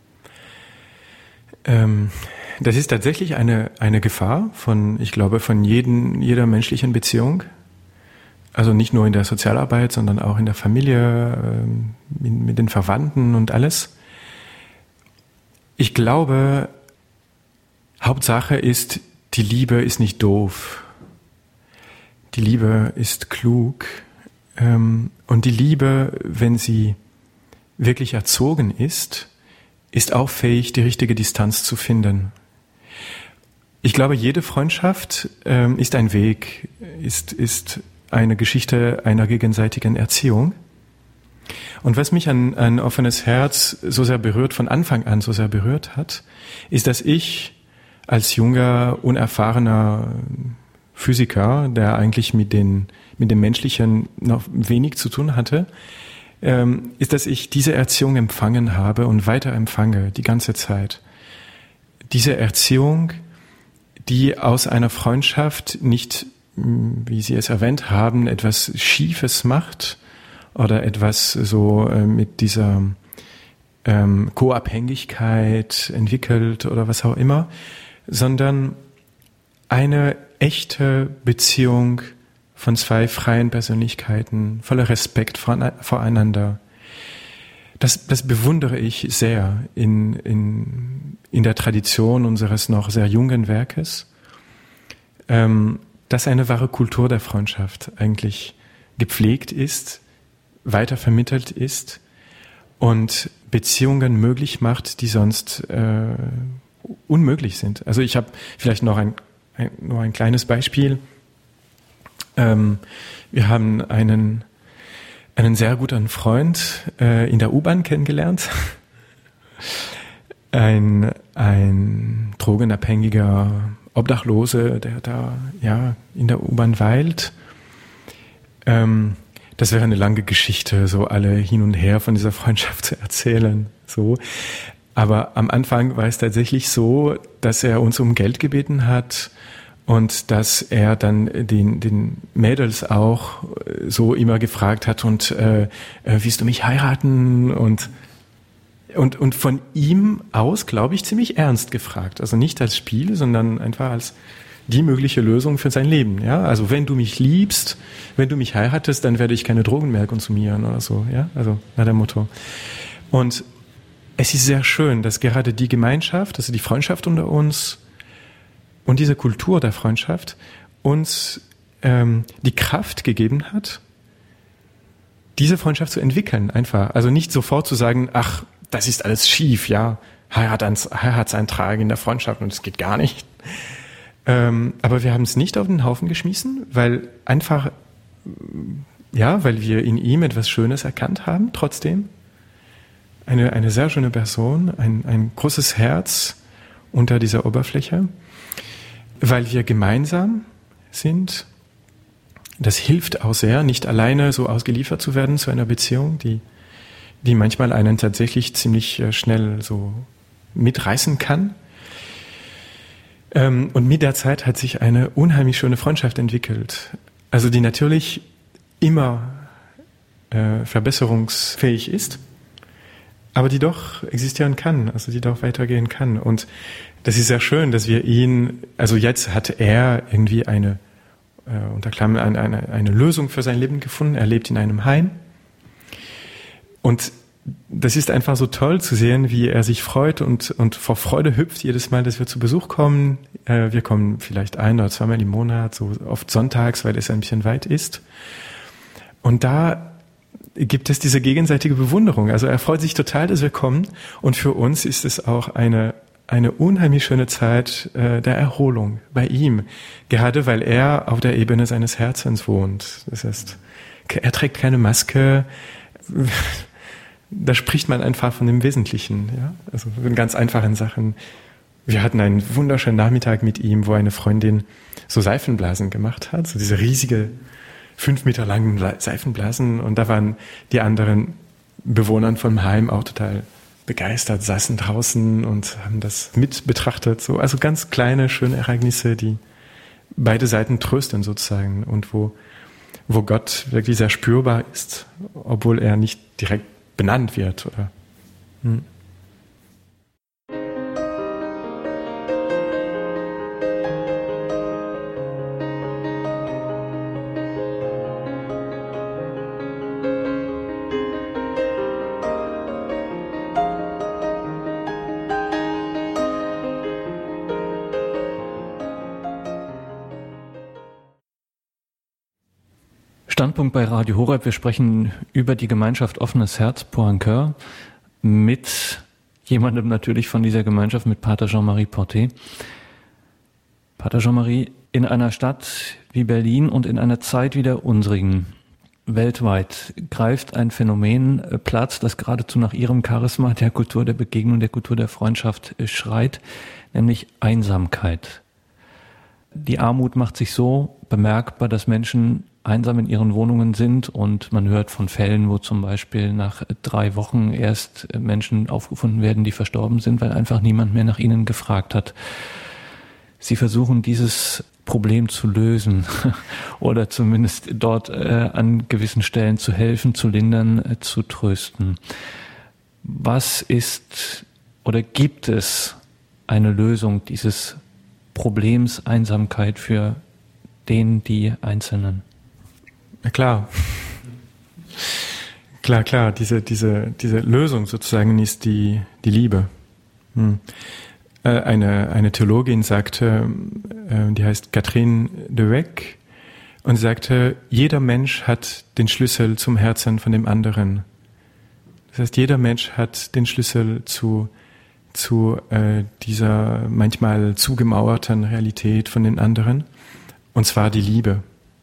ähm, das ist tatsächlich eine, eine Gefahr von, ich glaube, von jeden, jeder menschlichen Beziehung. Also nicht nur in der Sozialarbeit, sondern auch in der Familie, ähm, mit, mit den Verwandten und alles. Ich glaube, Hauptsache ist, die Liebe ist nicht doof. Die Liebe ist klug. Ähm, und die Liebe, wenn sie wirklich erzogen ist, ist auch fähig, die richtige Distanz zu finden. Ich glaube, jede Freundschaft ähm, ist ein Weg, ist, ist eine Geschichte einer gegenseitigen Erziehung. Und was mich an ein offenes Herz so sehr berührt, von Anfang an so sehr berührt hat, ist, dass ich als junger, unerfahrener Physiker, der eigentlich mit den, mit dem Menschlichen noch wenig zu tun hatte, ähm, ist, dass ich diese Erziehung empfangen habe und weiter empfange die ganze Zeit. Diese Erziehung, die aus einer Freundschaft nicht, wie Sie es erwähnt haben, etwas Schiefes macht, oder etwas so äh, mit dieser ähm, Co-Abhängigkeit entwickelt oder was auch immer, sondern eine echte Beziehung von zwei freien Persönlichkeiten, voller Respekt voreinander. Das, das bewundere ich sehr in, in, in der Tradition unseres noch sehr jungen Werkes, ähm, dass eine wahre Kultur der Freundschaft eigentlich gepflegt ist, weiter vermittelt ist und Beziehungen möglich macht, die sonst äh, unmöglich sind. Also ich habe vielleicht noch ein, ein, nur ein kleines Beispiel. Ähm, wir haben einen, einen sehr guten Freund äh, in der U-Bahn kennengelernt. Ein, ein drogenabhängiger Obdachlose, der da ja in der U-Bahn weilt. Ähm, Das wäre eine lange Geschichte, so alle hin und her von dieser Freundschaft zu erzählen, so. Aber am Anfang war es tatsächlich so, dass er uns um Geld gebeten hat und dass er dann den, den Mädels auch so immer gefragt hat und äh, willst du mich heiraten? Und und und von ihm aus, glaube ich, ziemlich ernst gefragt. Also nicht als Spiel, sondern einfach als die mögliche Lösung für sein Leben, ja. Also wenn du mich liebst, wenn du mich heiratest, dann werde ich keine Drogen mehr konsumieren oder so, ja. Also nach dem Motto. Und es ist sehr schön, dass gerade die Gemeinschaft, also die Freundschaft unter uns, und diese Kultur der Freundschaft uns ähm, die Kraft gegeben hat, diese Freundschaft zu entwickeln, einfach. Also nicht sofort zu sagen, ach, das ist alles schief, ja, Heiratseintrag in der Freundschaft und es geht gar nicht. Ähm, aber wir haben es nicht auf den Haufen geschmissen, weil einfach, ja, weil wir in ihm etwas Schönes erkannt haben, trotzdem. Eine, eine sehr schöne Person, ein, ein großes Herz unter dieser Oberfläche, weil wir gemeinsam sind. Das hilft auch sehr, nicht alleine so ausgeliefert zu werden zu einer Beziehung, die, die manchmal einen tatsächlich ziemlich schnell so mitreißen kann. Und mit der Zeit hat sich eine unheimlich schöne Freundschaft entwickelt. Also die natürlich immer äh, verbesserungsfähig ist, aber die doch existieren kann, also die doch weitergehen kann. Und das ist sehr schön, dass wir ihn, also jetzt hat er irgendwie eine, äh, unter Klammern, eine, eine, eine Lösung für sein Leben gefunden. Er lebt in einem Heim. Und das ist einfach so toll zu sehen, wie er sich freut und, und vor Freude hüpft jedes Mal, dass wir zu Besuch kommen. Äh, wir kommen vielleicht ein oder zweimal im Monat, so oft sonntags, weil es ein bisschen weit ist. Und da gibt es diese gegenseitige Bewunderung. Also er freut sich total, dass wir kommen. Und für uns ist es auch eine, eine unheimlich schöne Zeit äh, der Erholung bei ihm. Gerade weil er auf der Ebene seines Herzens wohnt. Das heißt, er trägt keine Maske. Da spricht man einfach von dem Wesentlichen, ja, also von ganz einfachen Sachen. Wir hatten einen wunderschönen Nachmittag mit ihm, wo eine Freundin so Seifenblasen gemacht hat, so diese riesige, fünf Meter langen Seifenblasen, und da waren die anderen Bewohner vom Heim auch total begeistert, saßen draußen und haben das mit betrachtet, so, also ganz kleine, schöne Ereignisse, die beide Seiten trösten sozusagen und wo, wo Gott wirklich sehr spürbar ist, obwohl er nicht direkt benannt wird, oder? Hm. Standpunkt bei Radio Horeb. Wir sprechen über die Gemeinschaft Offenes Herz, Poincoeur, mit jemandem natürlich von dieser Gemeinschaft, mit Pater Jean-Marie Portet. Pater Jean-Marie, in einer Stadt wie Berlin und in einer Zeit wie der unsrigen, weltweit greift ein Phänomen Platz, das geradezu nach ihrem Charisma der Kultur der Begegnung, der Kultur der Freundschaft schreit, nämlich Einsamkeit. Die Armut macht sich so bemerkbar, dass Menschen einsam in ihren Wohnungen sind, und man hört von Fällen, wo zum Beispiel nach drei Wochen erst Menschen aufgefunden werden, die verstorben sind, weil einfach niemand mehr nach ihnen gefragt hat. Sie versuchen, dieses Problem zu lösen oder zumindest dort äh, an gewissen Stellen zu helfen, zu lindern, äh, zu trösten. Was ist oder gibt es eine Lösung dieses Problems Einsamkeit für den, die Einzelnen? Ja, klar. Klar, klar, diese, diese, diese Lösung sozusagen ist die, die Liebe. Hm. Äh, eine, eine Theologin sagte, äh, die heißt Catherine de Weck, und sagte, jeder Mensch hat den Schlüssel zum Herzen von dem anderen. Das heißt, jeder Mensch hat den Schlüssel zu, zu äh, dieser manchmal zugemauerten Realität von den anderen, und zwar die Liebe.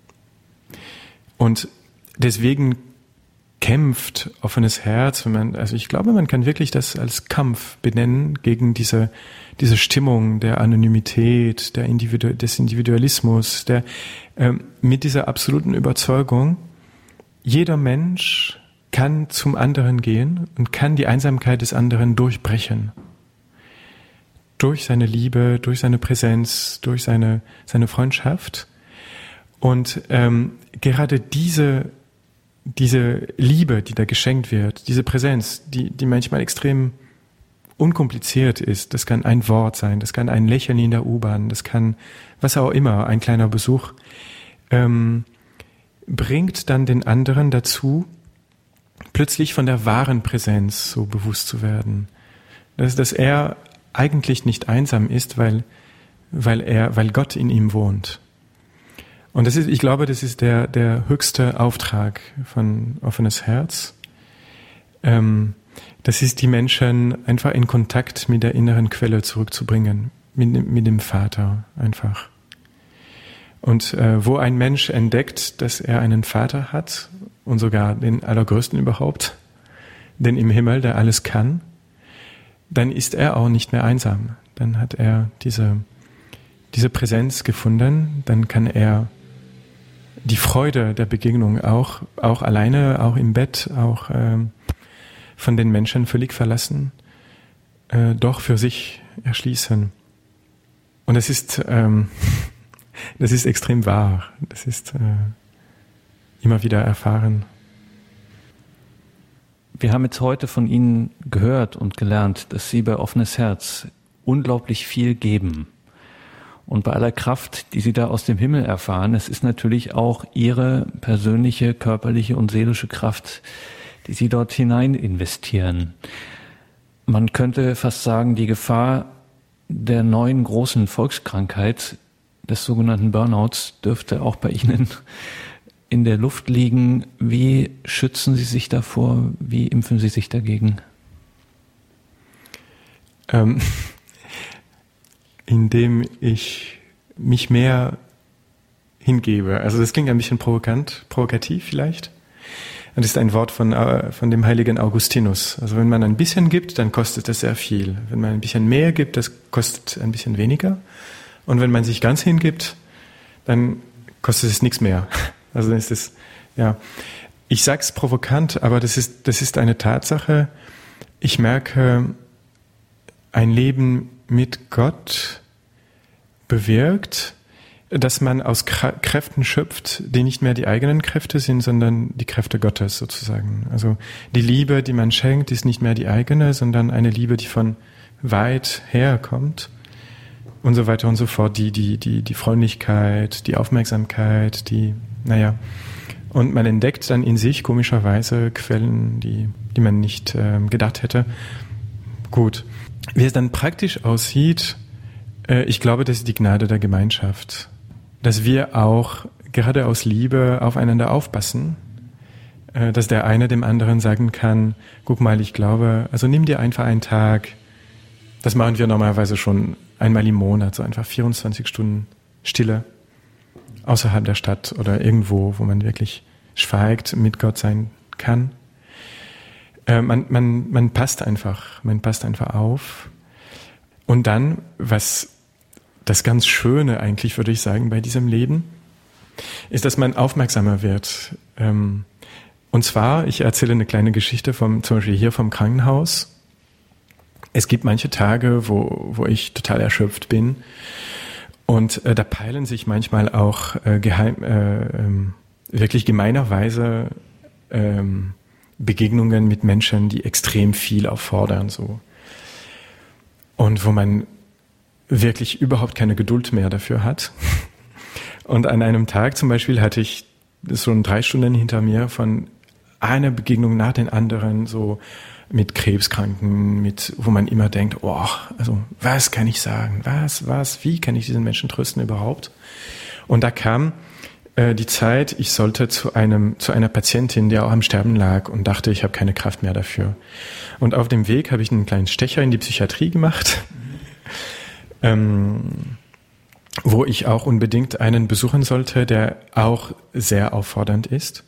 Und deswegen kämpft Offenes Herz, wenn man, also ich glaube, man kann wirklich das als Kampf benennen gegen diese, diese Stimmung der Anonymität, der Individu- des Individualismus, der, ähm, mit dieser absoluten Überzeugung, jeder Mensch kann zum anderen gehen und kann die Einsamkeit des anderen durchbrechen. Durch seine Liebe, durch seine Präsenz, durch seine, seine Freundschaft. Und ähm, gerade diese, diese Liebe, die da geschenkt wird, diese Präsenz, die, die manchmal extrem unkompliziert ist, das kann ein Wort sein, das kann ein Lächeln in der U-Bahn, das kann was auch immer, ein kleiner Besuch, ähm, bringt dann den anderen dazu, plötzlich von der wahren Präsenz so bewusst zu werden. Dass, dass er eigentlich nicht einsam ist, weil weil er, weil Gott in ihm wohnt. Und das ist, ich glaube, das ist der, der höchste Auftrag von offenes Herz. Ähm, das ist, die Menschen einfach in Kontakt mit der inneren Quelle zurückzubringen, mit, mit dem Vater einfach. Und äh, wo ein Mensch entdeckt, dass er einen Vater hat, und sogar den allergrößten überhaupt, den im Himmel, der alles kann, dann ist er auch nicht mehr einsam. Dann hat er diese, diese Präsenz gefunden, dann kann er die Freude der Begegnung auch, auch alleine, auch im Bett, auch ähm, von den Menschen völlig verlassen, äh, doch für sich erschließen. Und das ist, ähm, das ist extrem wahr. Das ist äh, immer wieder erfahren. Wir haben jetzt heute von Ihnen gehört und gelernt, dass Sie bei Offenes Herz unglaublich viel geben. Und bei aller Kraft, die Sie da aus dem Himmel erfahren, es ist natürlich auch Ihre persönliche, körperliche und seelische Kraft, die Sie dort hinein investieren. Man könnte fast sagen, die Gefahr der neuen großen Volkskrankheit, des sogenannten Burnouts, dürfte auch bei Ihnen in der Luft liegen. Wie schützen Sie sich davor? Wie impfen Sie sich dagegen? Ähm, indem ich mich mehr hingebe. Also das klingt ein bisschen provokant, provokativ vielleicht. Das ist ein Wort von, von dem heiligen Augustinus. Also wenn man ein bisschen gibt, dann kostet das sehr viel. Wenn man ein bisschen mehr gibt, das kostet ein bisschen weniger. Und wenn man sich ganz hingibt, dann kostet es nichts mehr. Also dann ist es, ja, ich sag's provokant, aber das ist, das ist eine Tatsache. Ich merke, ein Leben mit Gott bewirkt, dass man aus Kräften schöpft, die nicht mehr die eigenen Kräfte sind, sondern die Kräfte Gottes sozusagen. Also die Liebe, die man schenkt, ist nicht mehr die eigene, sondern eine Liebe, die von weit her kommt und so weiter und so fort. Die, die, die, die Freundlichkeit, die Aufmerksamkeit, die, naja. Und man entdeckt dann in sich komischerweise Quellen, die, die man nicht äh, gedacht hätte. Gut. Wie es dann praktisch aussieht, äh, ich glaube, das ist die Gnade der Gemeinschaft. Dass wir auch gerade aus Liebe aufeinander aufpassen, äh, dass der eine dem anderen sagen kann, guck mal, ich glaube, also nimm dir einfach einen Tag, das machen wir normalerweise schon einmal im Monat, so einfach vierundzwanzig Stunden Stille außerhalb der Stadt oder irgendwo, wo man wirklich schweigt, mit Gott sein kann. Äh, man, man, man passt einfach, man passt einfach auf. Und dann, was das ganz Schöne eigentlich, würde ich sagen, bei diesem Leben, ist, dass man aufmerksamer wird. Ähm, und zwar, ich erzähle eine kleine Geschichte vom, zum Beispiel hier vom Krankenhaus. Es gibt manche Tage, wo, wo ich total erschöpft bin. Und äh, da peilen sich manchmal auch äh, geheim, äh, ähm, wirklich gemeinerweise ähm, Begegnungen mit Menschen, die extrem viel auffordern, so. Und wo man wirklich überhaupt keine Geduld mehr dafür hat. Und an einem Tag zum Beispiel hatte ich so drei Stunden hinter mir von einer Begegnung nach den anderen, so mit Krebskranken, mit, wo man immer denkt, oh, also was kann ich sagen, was, was, wie kann ich diesen Menschen trösten überhaupt? Und da kam äh, die Zeit, ich sollte zu einem, zu einer Patientin, die auch am Sterben lag und dachte, ich habe keine Kraft mehr dafür. Und auf dem Weg habe ich einen kleinen Stecher in die Psychiatrie gemacht, ähm, wo ich auch unbedingt einen besuchen sollte, der auch sehr auffordernd ist.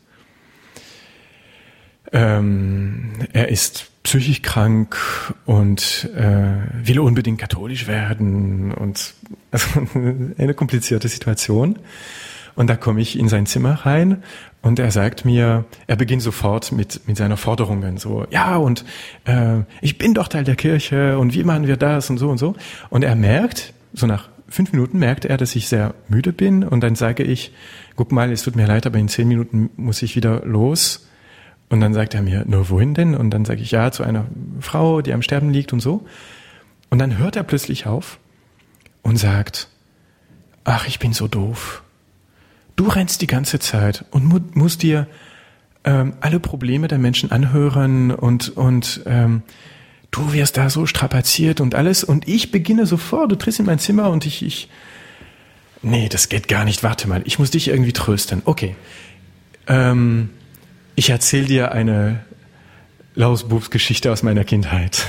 Ähm, er ist psychisch krank und äh, will unbedingt katholisch werden und also eine komplizierte Situation. Und da komme ich in sein Zimmer rein und er sagt mir, er beginnt sofort mit mit seiner Forderungen, so, ja, und äh, ich bin doch Teil der Kirche und wie machen wir das und so und so. Und er merkt, so nach fünf Minuten merkt er, dass ich sehr müde bin und dann sage ich, guck mal, es tut mir leid, aber in zehn Minuten muss ich wieder los. Und dann sagt er mir, nur wohin denn? Und dann sage ich, ja, zu einer Frau, die am Sterben liegt und so. Und dann hört er plötzlich auf und sagt, ach, ich bin so doof. Du rennst die ganze Zeit und mu- musst dir ähm, alle Probleme der Menschen anhören und, und ähm, du wirst da so strapaziert und alles. Und ich beginne sofort, du trittst in mein Zimmer und ich, ich, nee, das geht gar nicht, warte mal, ich muss dich irgendwie trösten. Okay, ähm, ich erzähle dir eine Lausbubs-Geschichte aus meiner Kindheit.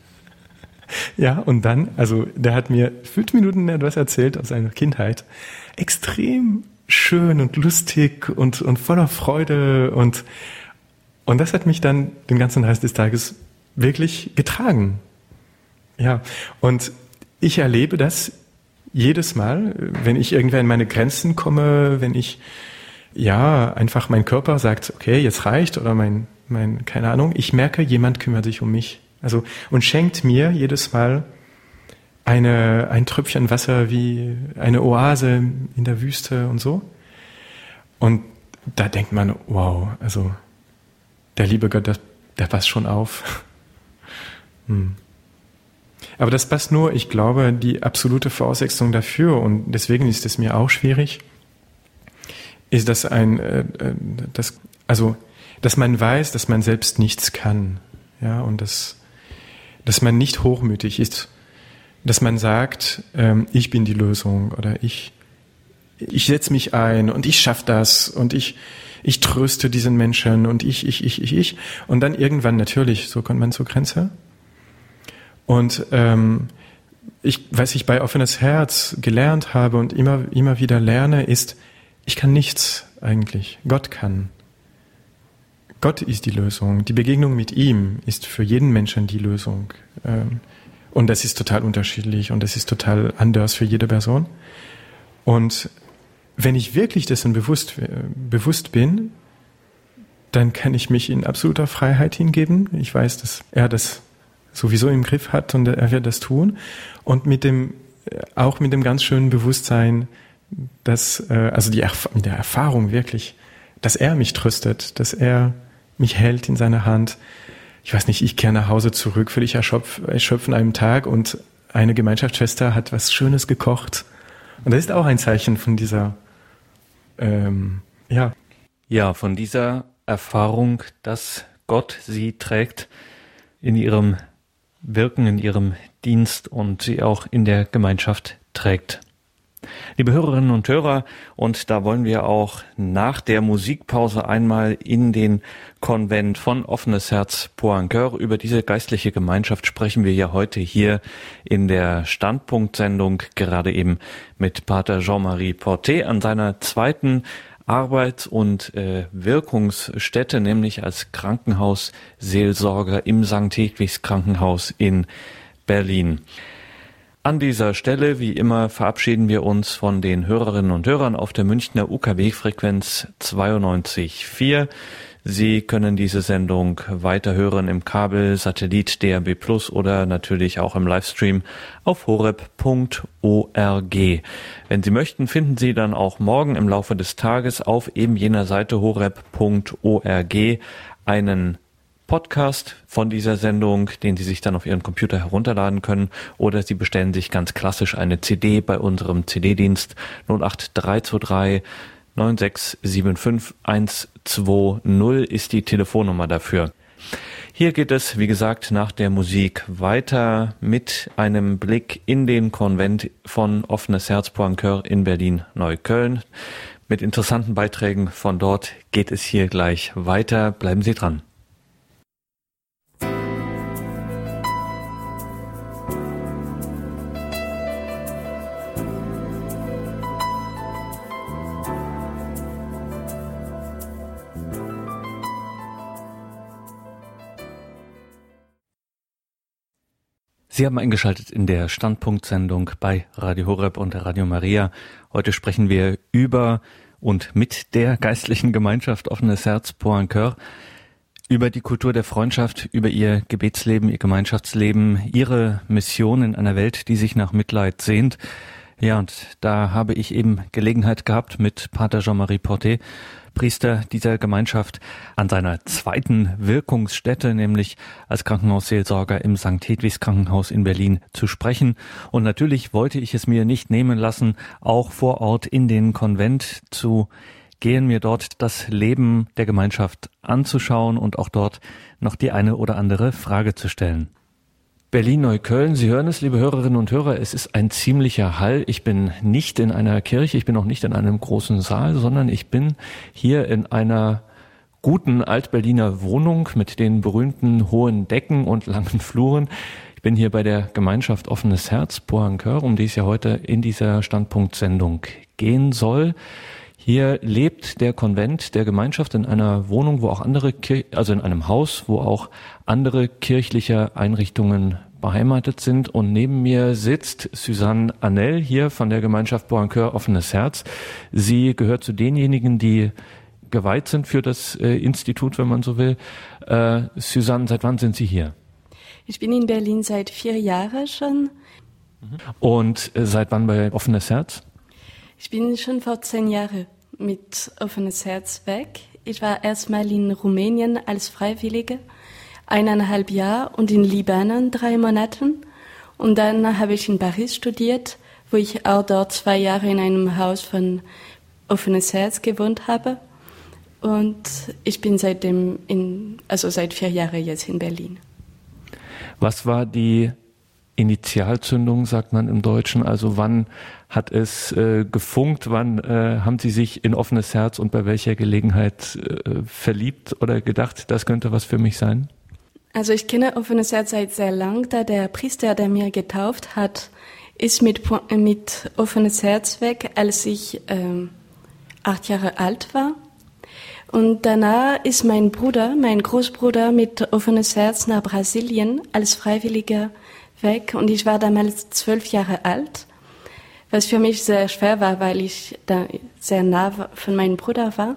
Ja, und dann, also der hat mir fünf Minuten etwas erzählt aus seiner Kindheit. Extrem schön und lustig und, und voller Freude und, und das hat mich dann den ganzen Rest des Tages wirklich getragen. Ja, und ich erlebe das jedes Mal, wenn ich irgendwann an meine Grenzen komme, wenn ich, ja, einfach mein Körper sagt, okay, jetzt reicht, oder mein, mein, keine Ahnung, ich merke, jemand kümmert sich um mich. Also, und schenkt mir jedes Mal eine, ein Tröpfchen Wasser wie eine Oase in der Wüste und so. Und da denkt man, wow, also, der liebe Gott, der, der passt schon auf. Hm. Aber das passt nur, ich glaube, die absolute Voraussetzung dafür, und deswegen ist es mir auch schwierig, ist, dass ein, äh, das, also, dass man weiß, dass man selbst nichts kann, ja, und dass, dass man nicht hochmütig ist, dass man sagt, ähm, ich bin die Lösung oder ich, ich setze mich ein und ich schaffe das und ich, ich tröste diesen Menschen und ich, ich, ich, ich, ich, und dann irgendwann natürlich, so kommt man zur Grenze. Und ähm, ich, was ich bei Offenes Herz gelernt habe und immer, immer wieder lerne, ist, ich kann nichts eigentlich. Gott kann. Gott ist die Lösung. Die Begegnung mit ihm ist für jeden Menschen die Lösung. Und das ist total unterschiedlich und das ist total anders für jede Person. Und wenn ich wirklich dessen bewusst, bewusst bin, dann kann ich mich in absoluter Freiheit hingeben. Ich weiß, dass er das sowieso im Griff hat und er wird das tun. Und mit dem, auch mit dem ganz schönen Bewusstsein, dass, also die, mit der Erfahrung wirklich, dass er mich tröstet, dass er mich hält in seiner Hand. Ich weiß nicht, ich kehre nach Hause zurück, völlig erschöpft, erschöpft an einem Tag und eine Gemeinschaftsschwester hat was Schönes gekocht. Und das ist auch ein Zeichen von dieser, ähm, ja. Ja, von dieser Erfahrung, dass Gott sie trägt in ihrem Wirken, in ihrem Dienst und sie auch in der Gemeinschaft trägt. Liebe Hörerinnen und Hörer, und da wollen wir auch nach der Musikpause einmal in den Konvent von Offenes Herz Poincoeur. Über diese geistliche Gemeinschaft sprechen wir ja heute hier in der Standpunktsendung, gerade eben mit Pater Jean-Marie Portet an seiner zweiten Arbeits- und äh, Wirkungsstätte, nämlich als Krankenhausseelsorger im Sankt Hedwigs Krankenhaus in Berlin. An dieser Stelle, wie immer, verabschieden wir uns von den Hörerinnen und Hörern auf der Münchner U K W-Frequenz zweiundneunzig Komma vier. Sie können diese Sendung weiterhören im Kabel, Satellit, D A B plus oder natürlich auch im Livestream auf horeb punkt org. Wenn Sie möchten, finden Sie dann auch morgen im Laufe des Tages auf eben jener Seite horeb punkt org einen Podcast von dieser Sendung, den Sie sich dann auf Ihren Computer herunterladen können, oder Sie bestellen sich ganz klassisch eine C D bei unserem C D-Dienst null acht drei zwei drei neun sechs sieben fünf eins zwei null ist die Telefonnummer dafür. Hier geht es, wie gesagt, nach der Musik weiter mit einem Blick in den Konvent von Offenes Herz Poincoeur in Berlin-Neukölln. Mit interessanten Beiträgen von dort geht es hier gleich weiter. Bleiben Sie dran. Sie haben eingeschaltet in der Standpunktsendung bei Radio Horeb und Radio Maria. Heute sprechen wir über und mit der geistlichen Gemeinschaft Offenes Herz Poincoeur über die Kultur der Freundschaft, über ihr Gebetsleben, ihr Gemeinschaftsleben, ihre Mission in einer Welt, die sich nach Mitleid sehnt. Ja, und da habe ich eben Gelegenheit gehabt, mit Pater Jean-Marie Portet, Priester dieser Gemeinschaft, an seiner zweiten Wirkungsstätte, nämlich als Krankenhausseelsorger im Sankt Hedwigs Krankenhaus in Berlin, zu sprechen. Und natürlich wollte ich es mir nicht nehmen lassen, auch vor Ort in den Konvent zu gehen, mir dort das Leben der Gemeinschaft anzuschauen und auch dort noch die eine oder andere Frage zu stellen. Berlin-Neukölln, Sie hören es, liebe Hörerinnen und Hörer, es ist ein ziemlicher Hall. Ich bin nicht in einer Kirche, ich bin auch nicht in einem großen Saal, sondern ich bin hier in einer guten Altberliner Wohnung mit den berühmten hohen Decken und langen Fluren. Ich bin hier bei der Gemeinschaft Offenes Herz, Bois-en-Cœur, um die es ja heute in dieser Standpunktsendung gehen soll. Hier lebt der Konvent der Gemeinschaft in einer Wohnung, wo auch andere, Kir- also in einem Haus, wo auch andere kirchliche Einrichtungen beheimatet sind. Und neben mir sitzt Suzanne Annel hier von der Gemeinschaft Bois-en-Cœur Offenes Herz. Sie gehört zu denjenigen, die geweiht sind für das äh, Institut, wenn man so will. Äh, Suzanne, seit wann sind Sie hier? Ich bin in Berlin seit vier Jahren schon. Und äh, seit wann bei Offenes Herz? Ich bin schon vor zehn Jahren mit Offenes Herz weg. Ich war erstmal in Rumänien als Freiwillige, eineinhalb Jahre, und in Libanon drei Monaten. Und dann habe ich in Paris studiert, wo ich auch dort zwei Jahre in einem Haus von Offenes Herz gewohnt habe. Und ich bin seitdem in, also seit vier Jahren jetzt in Berlin. Was war die Initialzündung, sagt man im Deutschen? Also wann hat es äh, gefunkt? Wann äh, haben Sie sich in Offenes Herz und bei welcher Gelegenheit äh, verliebt oder gedacht, das könnte was für mich sein? Also ich kenne Offenes Herz seit sehr lang, da der Priester, der mir getauft hat, ist mit, mit Offenes Herz weg, als ich ähm, acht Jahre alt war. Und danach ist mein Bruder, mein Großbruder, mit Offenes Herz nach Brasilien als Freiwilliger weg. Und ich war damals zwölf Jahre alt, was für mich sehr schwer war, weil ich da sehr nah von meinem Bruder war.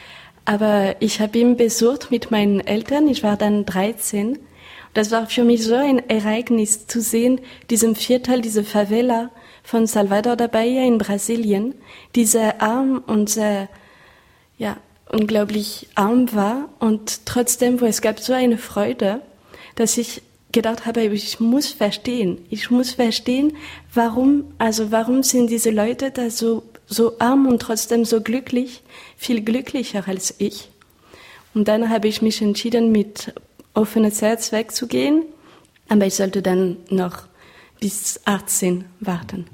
Aber ich habe ihn besucht mit meinen Eltern. Ich war dann dreizehn. Das war für mich so ein Ereignis zu sehen, diesem Viertel, diese Favela von Salvador da Bahia in Brasilien, die sehr arm und sehr, ja, unglaublich arm war, und trotzdem, wo es gab so eine Freude, dass ich gedacht habe, ich muss verstehen, ich muss verstehen, warum, also warum sind diese Leute da so, so arm und trotzdem so glücklich, viel glücklicher als ich. Und dann habe ich mich entschieden, mit Offenes Herz wegzugehen, aber ich sollte dann noch bis achtzehn warten.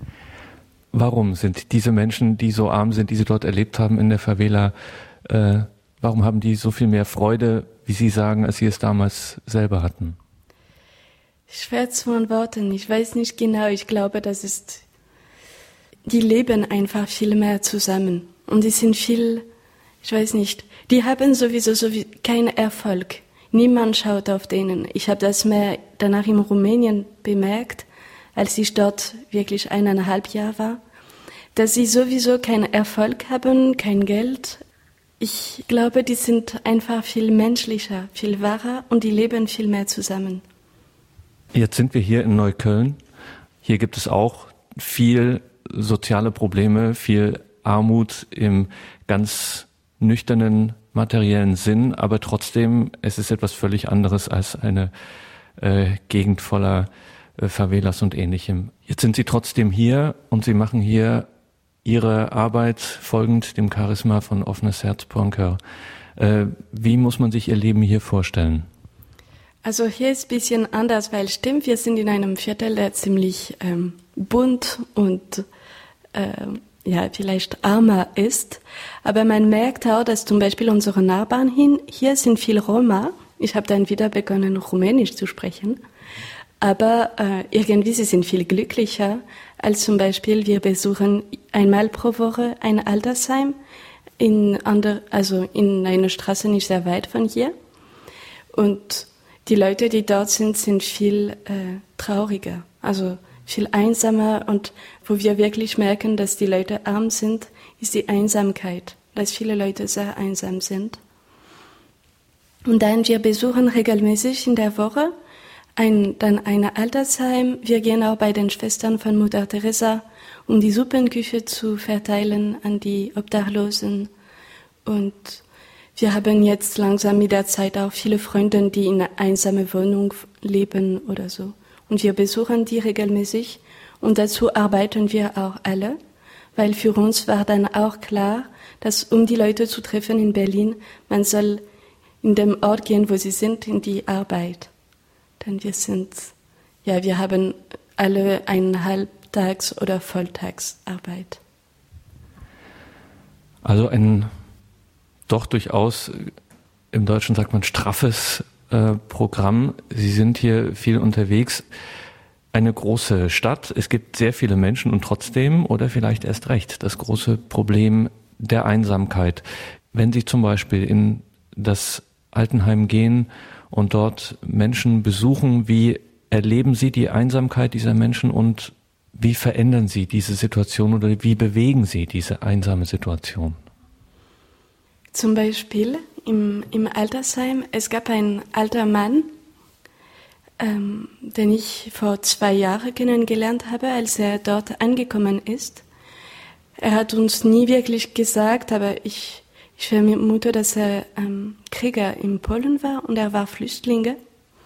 Warum sind diese Menschen, die so arm sind, die Sie dort erlebt haben in der Favela, äh, warum haben die so viel mehr Freude, wie Sie sagen, als Sie es damals selber hatten? Schwer zu antworten. Ich weiß nicht genau. Ich glaube, das ist, die leben einfach viel mehr zusammen. Und die sind viel, ich weiß nicht, die haben sowieso so keinen Erfolg. Niemand schaut auf denen. Ich habe das mehr danach in Rumänien bemerkt, als ich dort wirklich eineinhalb Jahre war, dass sie sowieso keinen Erfolg haben, kein Geld. Ich glaube, die sind einfach viel menschlicher, viel wahrer, und die leben viel mehr zusammen. Jetzt sind wir hier in Neukölln. Hier gibt es auch viel soziale Probleme, viel Armut im ganz nüchternen materiellen Sinn, aber trotzdem, es ist etwas völlig anderes als eine äh, Gegend voller äh, Favelas und Ähnlichem. Jetzt sind Sie trotzdem hier und Sie machen hier Ihre Arbeit folgend dem Charisma von Offenes Herz Bois-en-Cœur. Äh, wie muss man sich Ihr Leben hier vorstellen? Also hier ist ein bisschen anders, weil stimmt, wir sind in einem Viertel, der ziemlich ähm, bunt und äh, ja, vielleicht armer ist. Aber man merkt auch, dass zum Beispiel unsere Nachbarn hin, hier sind viel Roma. Ich habe dann wieder begonnen, Rumänisch zu sprechen. Aber äh, irgendwie sie sind viel glücklicher, als zum Beispiel wir besuchen einmal pro Woche ein Altersheim in, ander, also in einer Straße nicht sehr weit von hier. Und die Leute, die dort sind, sind viel äh, trauriger, also viel einsamer. Und wo wir wirklich merken, dass die Leute arm sind, ist die Einsamkeit, dass viele Leute sehr einsam sind. Und dann, wir besuchen regelmäßig in der Woche ein, dann ein Altersheim. Wir gehen auch bei den Schwestern von Mutter Teresa, um die Suppenküche zu verteilen an die Obdachlosen. Und wir haben jetzt langsam mit der Zeit auch viele Freunde, die in einer einsamen Wohnung leben oder so. Und wir besuchen die regelmäßig. Und dazu arbeiten wir auch alle, weil für uns war dann auch klar, dass um die Leute zu treffen in Berlin, man soll in dem Ort gehen, wo sie sind, in die Arbeit. Denn wir sind ja, wir haben alle eine Halbtags- oder Volltagsarbeit. Also ein doch durchaus, im Deutschen sagt man, straffes äh, Programm. Sie sind hier viel unterwegs. Eine große Stadt, es gibt sehr viele Menschen und trotzdem, oder vielleicht erst recht, das große Problem der Einsamkeit. Wenn Sie zum Beispiel in das Altenheim gehen und dort Menschen besuchen, wie erleben Sie die Einsamkeit dieser Menschen und wie verändern Sie diese Situation oder wie bewegen Sie diese einsame Situation? Zum Beispiel im, im Altersheim, es gab einen alten Mann, ähm, den ich vor zwei Jahren kennengelernt habe, als er dort angekommen ist. Er hat uns nie wirklich gesagt, aber ich, ich vermute, dass er ähm, Krieger in Polen war und er war Flüchtling.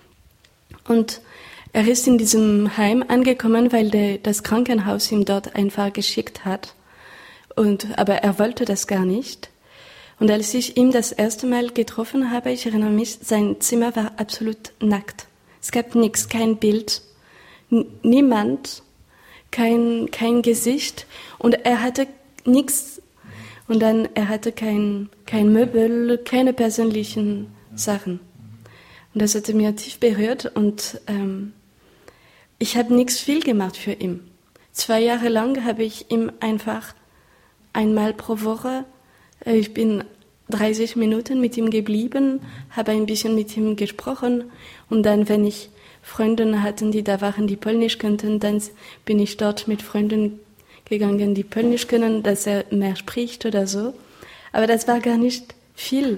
Und er ist in diesem Heim angekommen, weil der, das Krankenhaus ihn dort einfach geschickt hat. Und, aber er wollte das gar nicht. Und als ich ihn das erste Mal getroffen habe, ich erinnere mich, sein Zimmer war absolut nackt. Es gab nichts, kein Bild, n- niemand, kein, kein Gesicht. Und er hatte nichts. Und dann, er hatte kein, kein Möbel, keine persönlichen Sachen. Und das hatte mir tief berührt und ähm, ich habe nichts viel gemacht für ihn. Zwei Jahre lang habe ich ihm einfach einmal pro Woche, äh, ich bin dreißig Minuten mit ihm geblieben, habe ein bisschen mit ihm gesprochen und dann, wenn ich Freunde hatten, die da waren, die Polnisch könnten, dann bin ich dort mit Freunden gegangen, die Polnisch können, dass er mehr spricht oder so. Aber das war gar nicht viel.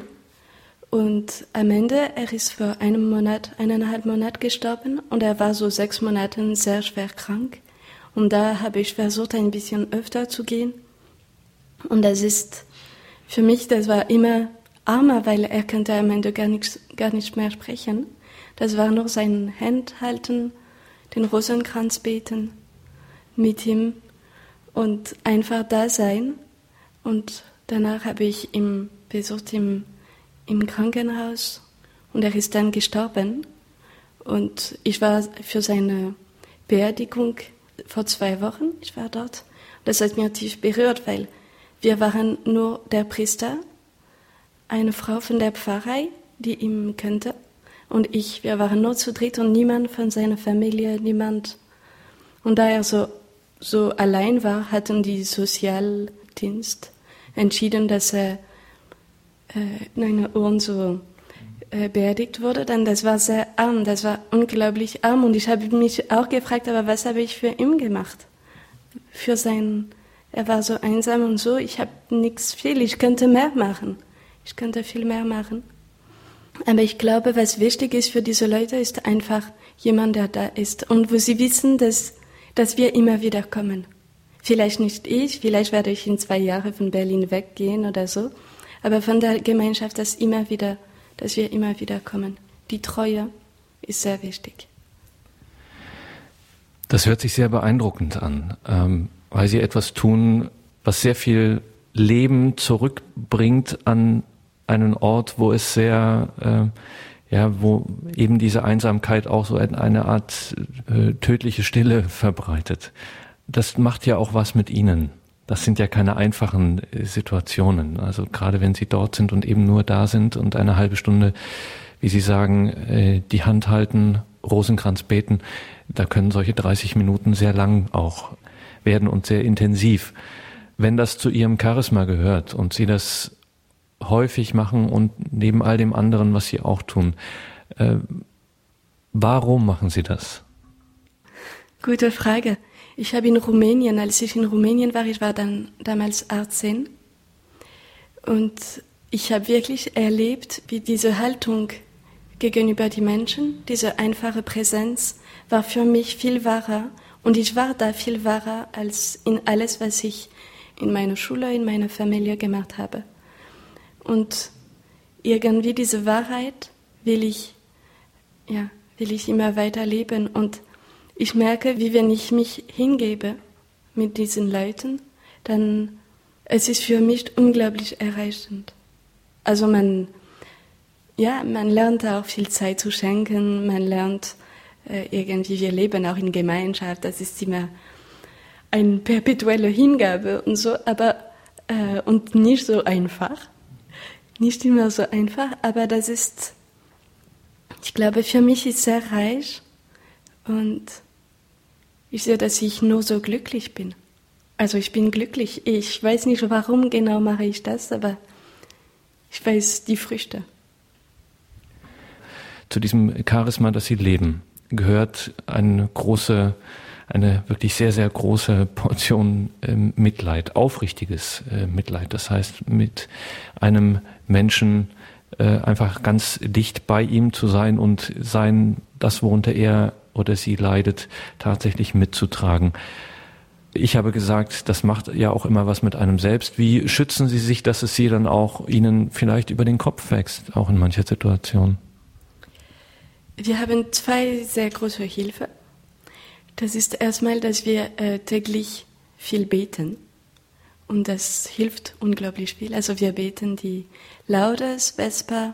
Und am Ende, er ist vor einem Monat, eineinhalb Monat gestorben und er war so sechs Monate sehr schwer krank. Und da habe ich versucht, ein bisschen öfter zu gehen. Und das ist, für mich, das war immer armer, weil er konnte am Ende gar nicht, gar nicht mehr sprechen. Das war nur sein Hand halten, den Rosenkranz beten mit ihm und einfach da sein. Und danach habe ich ihn besucht im, im Krankenhaus und er ist dann gestorben. Und ich war für seine Beerdigung vor zwei Wochen, ich war dort. Das hat mich tief berührt, weil wir waren nur der Priester, eine Frau von der Pfarrei, die ihn kannte, und ich. Wir waren nur zu dritt und niemand von seiner Familie, niemand. Und da er so, so allein war, hatten die Sozialdienst entschieden, dass er äh, in einer Urne so äh, beerdigt wurde. Dann, das war sehr arm, das war unglaublich arm. Und ich habe mich auch gefragt, aber was habe ich für ihn gemacht? Für sein... Er war so einsam und so, ich habe nichts viel, ich könnte mehr machen. Ich könnte viel mehr machen. Aber ich glaube, was wichtig ist für diese Leute, ist einfach jemand, der da ist. Und wo sie wissen, dass, dass wir immer wieder kommen. Vielleicht nicht ich, vielleicht werde ich in zwei Jahren von Berlin weggehen oder so. Aber von der Gemeinschaft, dass, immer wieder, dass wir immer wieder kommen. Die Treue ist sehr wichtig. Das hört sich sehr beeindruckend an. Ähm weil sie etwas tun, was sehr viel Leben zurückbringt an einen Ort, wo es sehr, äh, ja, wo eben diese Einsamkeit auch so eine Art äh, tödliche Stille verbreitet. Das macht ja auch was mit Ihnen. Das sind ja keine einfachen äh, Situationen. Also gerade wenn Sie dort sind und eben nur da sind und eine halbe Stunde, wie Sie sagen, äh, die Hand halten, Rosenkranz beten, da können solche dreißig Minuten sehr lang auch werden und sehr intensiv. Wenn das zu Ihrem Charisma gehört und Sie das häufig machen und neben all dem anderen, was Sie auch tun, äh, warum machen Sie das? Gute Frage. Ich habe in Rumänien, als ich in Rumänien war, ich war dann damals achtzehn und ich habe wirklich erlebt, wie diese Haltung gegenüber den Menschen, diese einfache Präsenz, war für mich viel wahrer. Und ich war da viel wahrer als in alles, was ich in meiner Schule, in meiner Familie gemacht habe. Und irgendwie diese Wahrheit will ich, ja, will ich immer weiter leben. Und ich merke, wie wenn ich mich hingebe mit diesen Leuten, dann es ist für mich unglaublich erreichend. Also man, ja, man lernt auch viel Zeit zu schenken, man lernt äh, irgendwie wir leben auch in Gemeinschaft, das ist immer eine perpetuelle Hingabe und so, aber äh, und nicht so einfach, nicht immer so einfach, aber das ist, ich glaube, für mich ist sehr reich und ich sehe, dass ich nur so glücklich bin. Also ich bin glücklich. Ich weiß nicht, warum genau mache ich das, aber ich weiß die Früchte. Zu diesem Charisma, das Sie leben, gehört eine große, eine wirklich sehr, sehr große Portion äh, Mitleid, aufrichtiges äh, Mitleid. Das heißt, mit einem Menschen äh, einfach ganz dicht bei ihm zu sein und sein, das, worunter er oder sie leidet, tatsächlich mitzutragen. Ich habe gesagt, das macht ja auch immer was mit einem selbst. Wie schützen Sie sich, dass es Sie dann auch Ihnen vielleicht über den Kopf wächst, auch in mancher Situation? Wir haben zwei sehr große Hilfe. Das ist erstmal, dass wir äh, täglich viel beten. Und das hilft unglaublich viel. Also wir beten die Laudes, Vesper,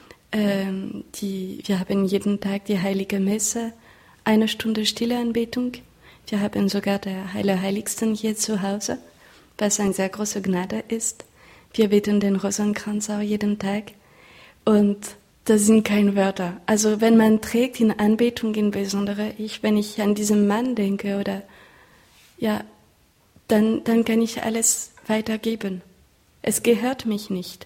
ähm, die, wir haben jeden Tag die Heilige Messe, eine Stunde stille Anbetung. Wir haben sogar der Allerheiligsten hier zu Hause, was eine sehr große Gnade ist. Wir beten den Rosenkranz auch jeden Tag. Und das sind keine Wörter. Also wenn man trägt in Anbetung, insbesondere ich, wenn ich an diesen Mann denke, oder ja, dann, dann kann ich alles weitergeben. Es gehört mich nicht.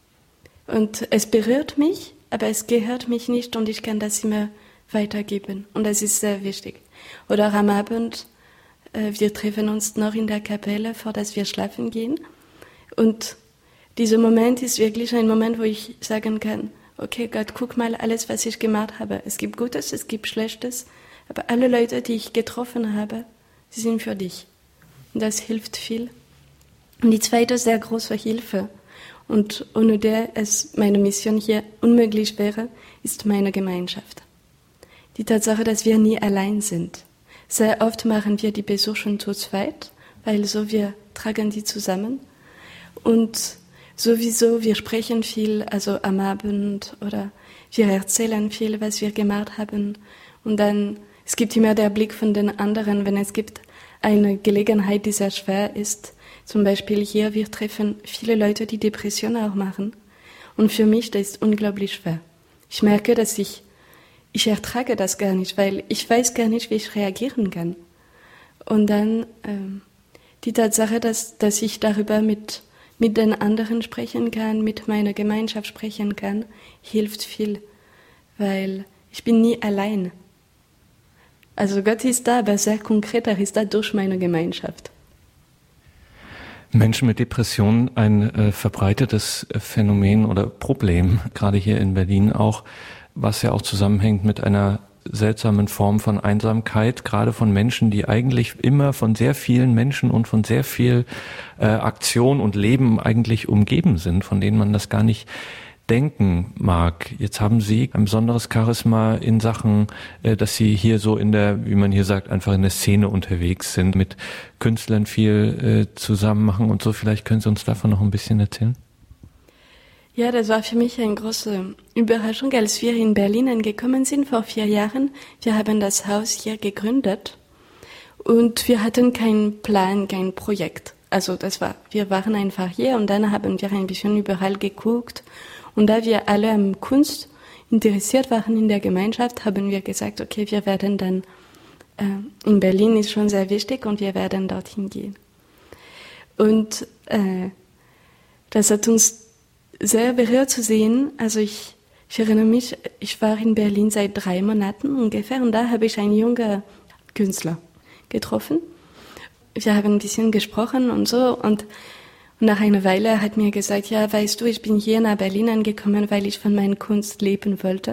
Und es berührt mich, aber es gehört mich nicht und ich kann das immer weitergeben. Und das ist sehr wichtig. Oder am Abend, äh, wir treffen uns noch in der Kapelle, vor dass wir schlafen gehen. Und dieser Moment ist wirklich ein Moment, wo ich sagen kann, okay Gott, guck mal alles, was ich gemacht habe. Es gibt Gutes, es gibt Schlechtes, aber alle Leute, die ich getroffen habe, sie sind für dich. Und das hilft viel. Und die zweite sehr große Hilfe, und ohne der es meine Mission hier unmöglich wäre, ist meine Gemeinschaft. Die Tatsache, dass wir nie allein sind. Sehr oft machen wir die Besuche zu zweit, weil so wir tragen die zusammen. Und sowieso, wir sprechen viel, also am Abend, oder wir erzählen viel, was wir gemacht haben. Und dann, es gibt immer der Blick von den anderen, wenn es gibt eine Gelegenheit, die sehr schwer ist. Zum Beispiel hier, wir treffen viele Leute, die Depressionen auch machen. Und für mich, das ist unglaublich schwer. Ich merke, dass ich, ich ertrage das gar nicht, weil ich weiß gar nicht, wie ich reagieren kann. Und dann ähm, die Tatsache, dass, dass ich darüber mit mit den anderen sprechen kann, mit meiner Gemeinschaft sprechen kann, hilft viel, weil ich bin nie allein. Also Gott ist da, aber sehr konkret, er ist da durch meine Gemeinschaft. Menschen mit Depressionen, ein äh, verbreitetes Phänomen oder Problem, gerade hier in Berlin auch, was ja auch zusammenhängt mit einer seltsamen Form von Einsamkeit, gerade von Menschen, die eigentlich immer von sehr vielen Menschen und von sehr viel äh, Aktion und Leben eigentlich umgeben sind, von denen man das gar nicht denken mag. Jetzt haben Sie ein besonderes Charisma in Sachen, äh, dass Sie hier so in der, wie man hier sagt, einfach in der Szene unterwegs sind, mit Künstlern viel äh, zusammen machen und so. Vielleicht können Sie uns davon noch ein bisschen erzählen? Ja, das war für mich eine große Überraschung, als wir in Berlin angekommen sind vor vier Jahren. Wir haben das Haus hier gegründet und wir hatten keinen Plan, kein Projekt. Also das war, wir waren einfach hier und dann haben wir ein bisschen überall geguckt. Und da wir alle an Kunst interessiert waren in der Gemeinschaft, haben wir gesagt, okay, wir werden dann, äh, in Berlin ist schon sehr wichtig und wir werden dorthin gehen. Und äh, das hat uns sehr berührt zu sehen. Also ich, ich erinnere mich, ich war in Berlin seit drei Monaten ungefähr und da habe ich einen jungen Künstler getroffen. Wir haben ein bisschen gesprochen und so und nach einer Weile hat mir gesagt, ja, weißt du, ich bin hier nach Berlin angekommen, weil ich von meiner Kunst leben wollte.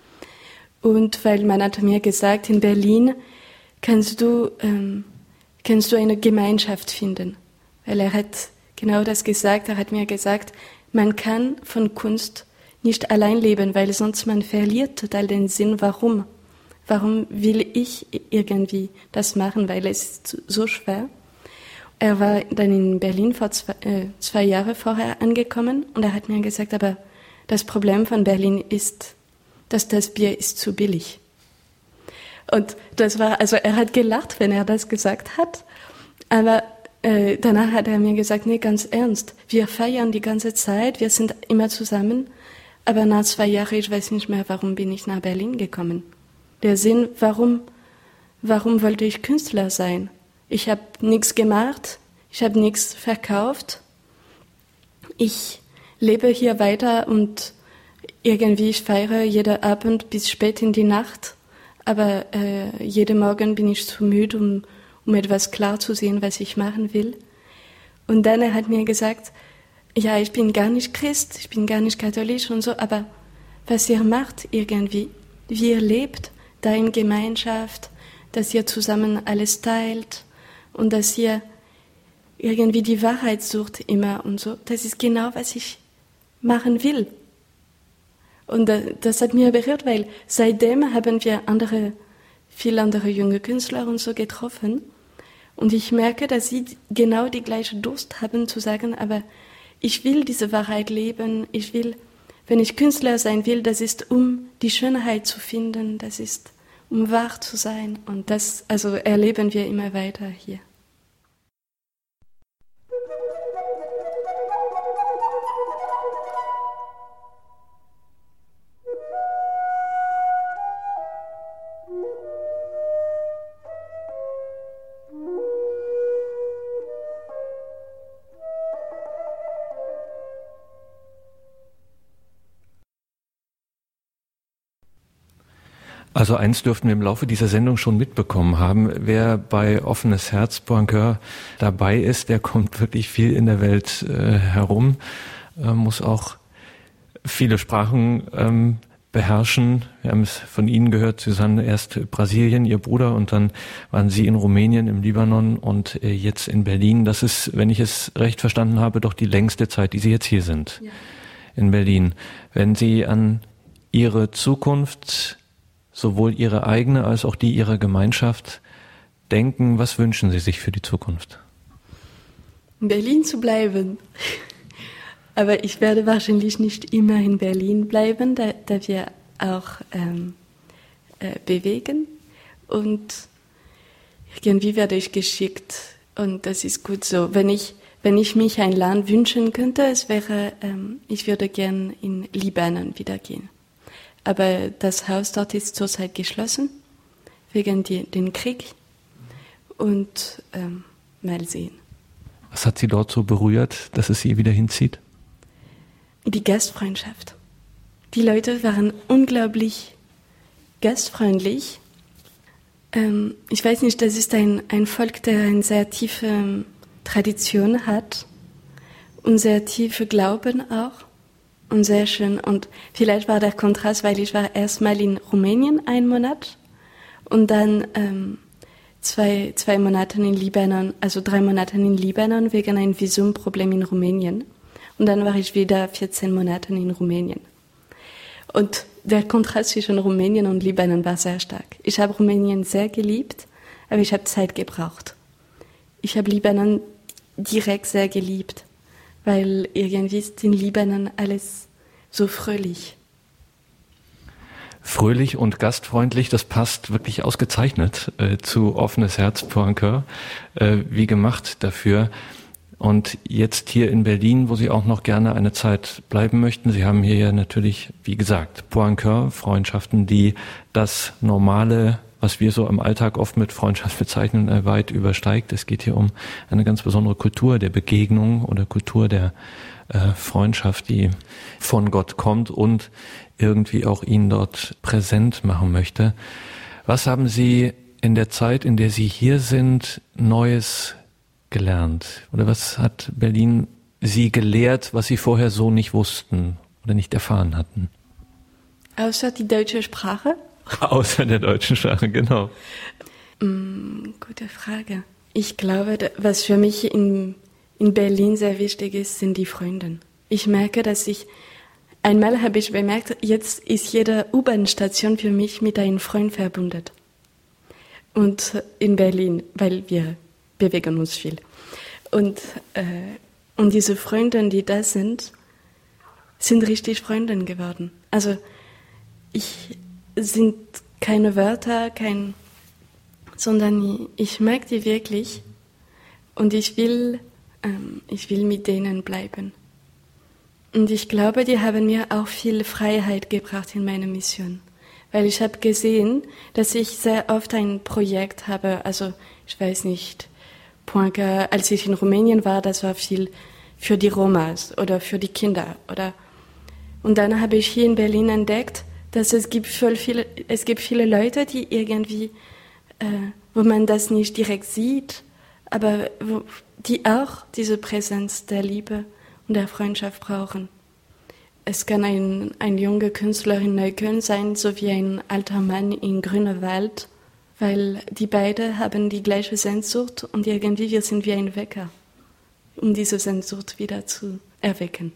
Und weil man hat mir gesagt, in Berlin kannst du, ähm, kannst du eine Gemeinschaft finden. Weil er hat genau das gesagt, er hat mir gesagt, man kann von Kunst nicht allein leben, weil sonst man verliert total den Sinn, warum. Warum will ich irgendwie das machen, weil es ist so schwer. Er war dann in Berlin vor zwei, äh, zwei Jahre vorher angekommen und er hat mir gesagt, aber das Problem von Berlin ist, dass das Bier ist zu billig. Und das war, also er hat gelacht, wenn er das gesagt hat, aber äh, danach hat er mir gesagt, nee, ganz ernst, wir feiern die ganze Zeit, wir sind immer zusammen, aber nach zwei Jahren, ich weiß nicht mehr, warum bin ich nach Berlin gekommen. Der Sinn, warum, warum wollte ich Künstler sein? Ich habe nichts gemacht, ich habe nichts verkauft, ich lebe hier weiter und irgendwie, ich feiere jeden Abend bis spät in die Nacht, aber äh, jeden Morgen bin ich zu müde, um, um etwas klar zu sehen, was ich machen will. Und dann er hat mir gesagt, ja, ich bin gar nicht Christ, ich bin gar nicht katholisch und so, aber was ihr macht irgendwie, wie ihr lebt, da in Gemeinschaft, dass ihr zusammen alles teilt und dass ihr irgendwie die Wahrheit sucht immer und so, das ist genau, was ich machen will. Und das hat mir berührt, weil seitdem haben wir andere, viele andere junge Künstler und so getroffen. Und ich merke, dass sie genau die gleiche Durst haben zu sagen, aber ich will diese Wahrheit leben. Ich will, wenn ich Künstler sein will, das ist, um die Schönheit zu finden. Das ist, um wahr zu sein. Und das, also erleben wir immer weiter hier. Also eins dürften wir im Laufe dieser Sendung schon mitbekommen haben. Wer bei Offenes Herz Poincaré dabei ist, der kommt wirklich viel in der Welt äh, herum, äh, muss auch viele Sprachen ähm, beherrschen. Wir haben es von Ihnen gehört, Susanne, erst Brasilien, Ihr Bruder, und dann waren Sie in Rumänien, im Libanon und äh, jetzt in Berlin. Das ist, wenn ich es recht verstanden habe, doch die längste Zeit, die Sie jetzt hier sind, ja, in Berlin. Wenn Sie an Ihre Zukunft, sowohl Ihre eigene als auch die Ihrer Gemeinschaft denken, was wünschen Sie sich für die Zukunft? In Berlin zu bleiben. Aber ich werde wahrscheinlich nicht immer in Berlin bleiben, da, da wir auch ähm, äh, bewegen. Und irgendwie werde ich geschickt. Und das ist gut so. Wenn ich, wenn ich mich ein Land wünschen könnte, es wäre, ähm, ich würde gern in Libanon wieder gehen. Aber das Haus dort ist zurzeit geschlossen, wegen die, dem Krieg. Und ähm, mal sehen. Was hat Sie dort so berührt, dass es Sie wieder hinzieht? Die Gastfreundschaft. Die Leute waren unglaublich gastfreundlich. Ähm, ich weiß nicht, das ist ein, ein Volk, der eine sehr tiefe ähm, Tradition hat und sehr tiefe Glauben auch. Und sehr schön. Und vielleicht war der Kontrast, weil ich war erstmal in Rumänien einen Monat und dann ähm, zwei, zwei Monate in Libanon, also drei Monate in Libanon wegen einem Visumproblem in Rumänien. Und dann war ich wieder vierzehn Monate in Rumänien. Und der Kontrast zwischen Rumänien und Libanon war sehr stark. Ich habe Rumänien sehr geliebt, aber ich habe Zeit gebraucht. Ich habe Libanon direkt sehr geliebt, weil irgendwie ist in Libanon alles so fröhlich. Fröhlich und gastfreundlich, das passt wirklich ausgezeichnet äh, zu Offenes Herz Poincaré, äh, wie gemacht dafür. Und jetzt hier in Berlin, wo Sie auch noch gerne eine Zeit bleiben möchten. Sie haben hier ja natürlich, wie gesagt, Poincaré, Freundschaften, die das Normale, was wir so im Alltag oft mit Freundschaft bezeichnen, weit übersteigt. Es geht hier um eine ganz besondere Kultur der Begegnung oder Kultur der äh, Freundschaft, die von Gott kommt und irgendwie auch ihn dort präsent machen möchte. Was haben Sie in der Zeit, in der Sie hier sind, Neues gelernt? Oder was hat Berlin Sie gelehrt, was Sie vorher so nicht wussten oder nicht erfahren hatten? Außer die deutsche Sprache? Außer der deutschen Sprache, genau. Mm, gute Frage. Ich glaube, was für mich in, in Berlin sehr wichtig ist, sind die Freunde. Ich merke, dass ich, einmal habe ich bemerkt, jetzt ist jede U-Bahn-Station für mich mit einem Freund verbunden. Und in Berlin, weil wir bewegen uns viel. Und, äh, und diese Freunde, die da sind, sind richtig Freunde geworden. Also ich sind keine Wörter, kein, sondern ich mag die wirklich und ich will, ähm, ich will mit denen bleiben. Und ich glaube, die haben mir auch viel Freiheit gebracht in meiner Mission. Weil ich habe gesehen, dass ich sehr oft ein Projekt habe, also ich weiß nicht, Poincar, als ich in Rumänien war, das war viel für die Romas oder für die Kinder. Oder und dann habe ich hier in Berlin entdeckt, dass es gibt voll viele, es gibt viele Leute, die irgendwie, äh, wo man das nicht direkt sieht, aber wo, die auch diese Präsenz der Liebe und der Freundschaft brauchen. Es kann ein, ein junger Künstler in Neukölln sein, so wie ein alter Mann in Grünewald, weil die beiden haben die gleiche Sehnsucht und irgendwie wir sind wie ein Wecker, um diese Sehnsucht wieder zu erwecken.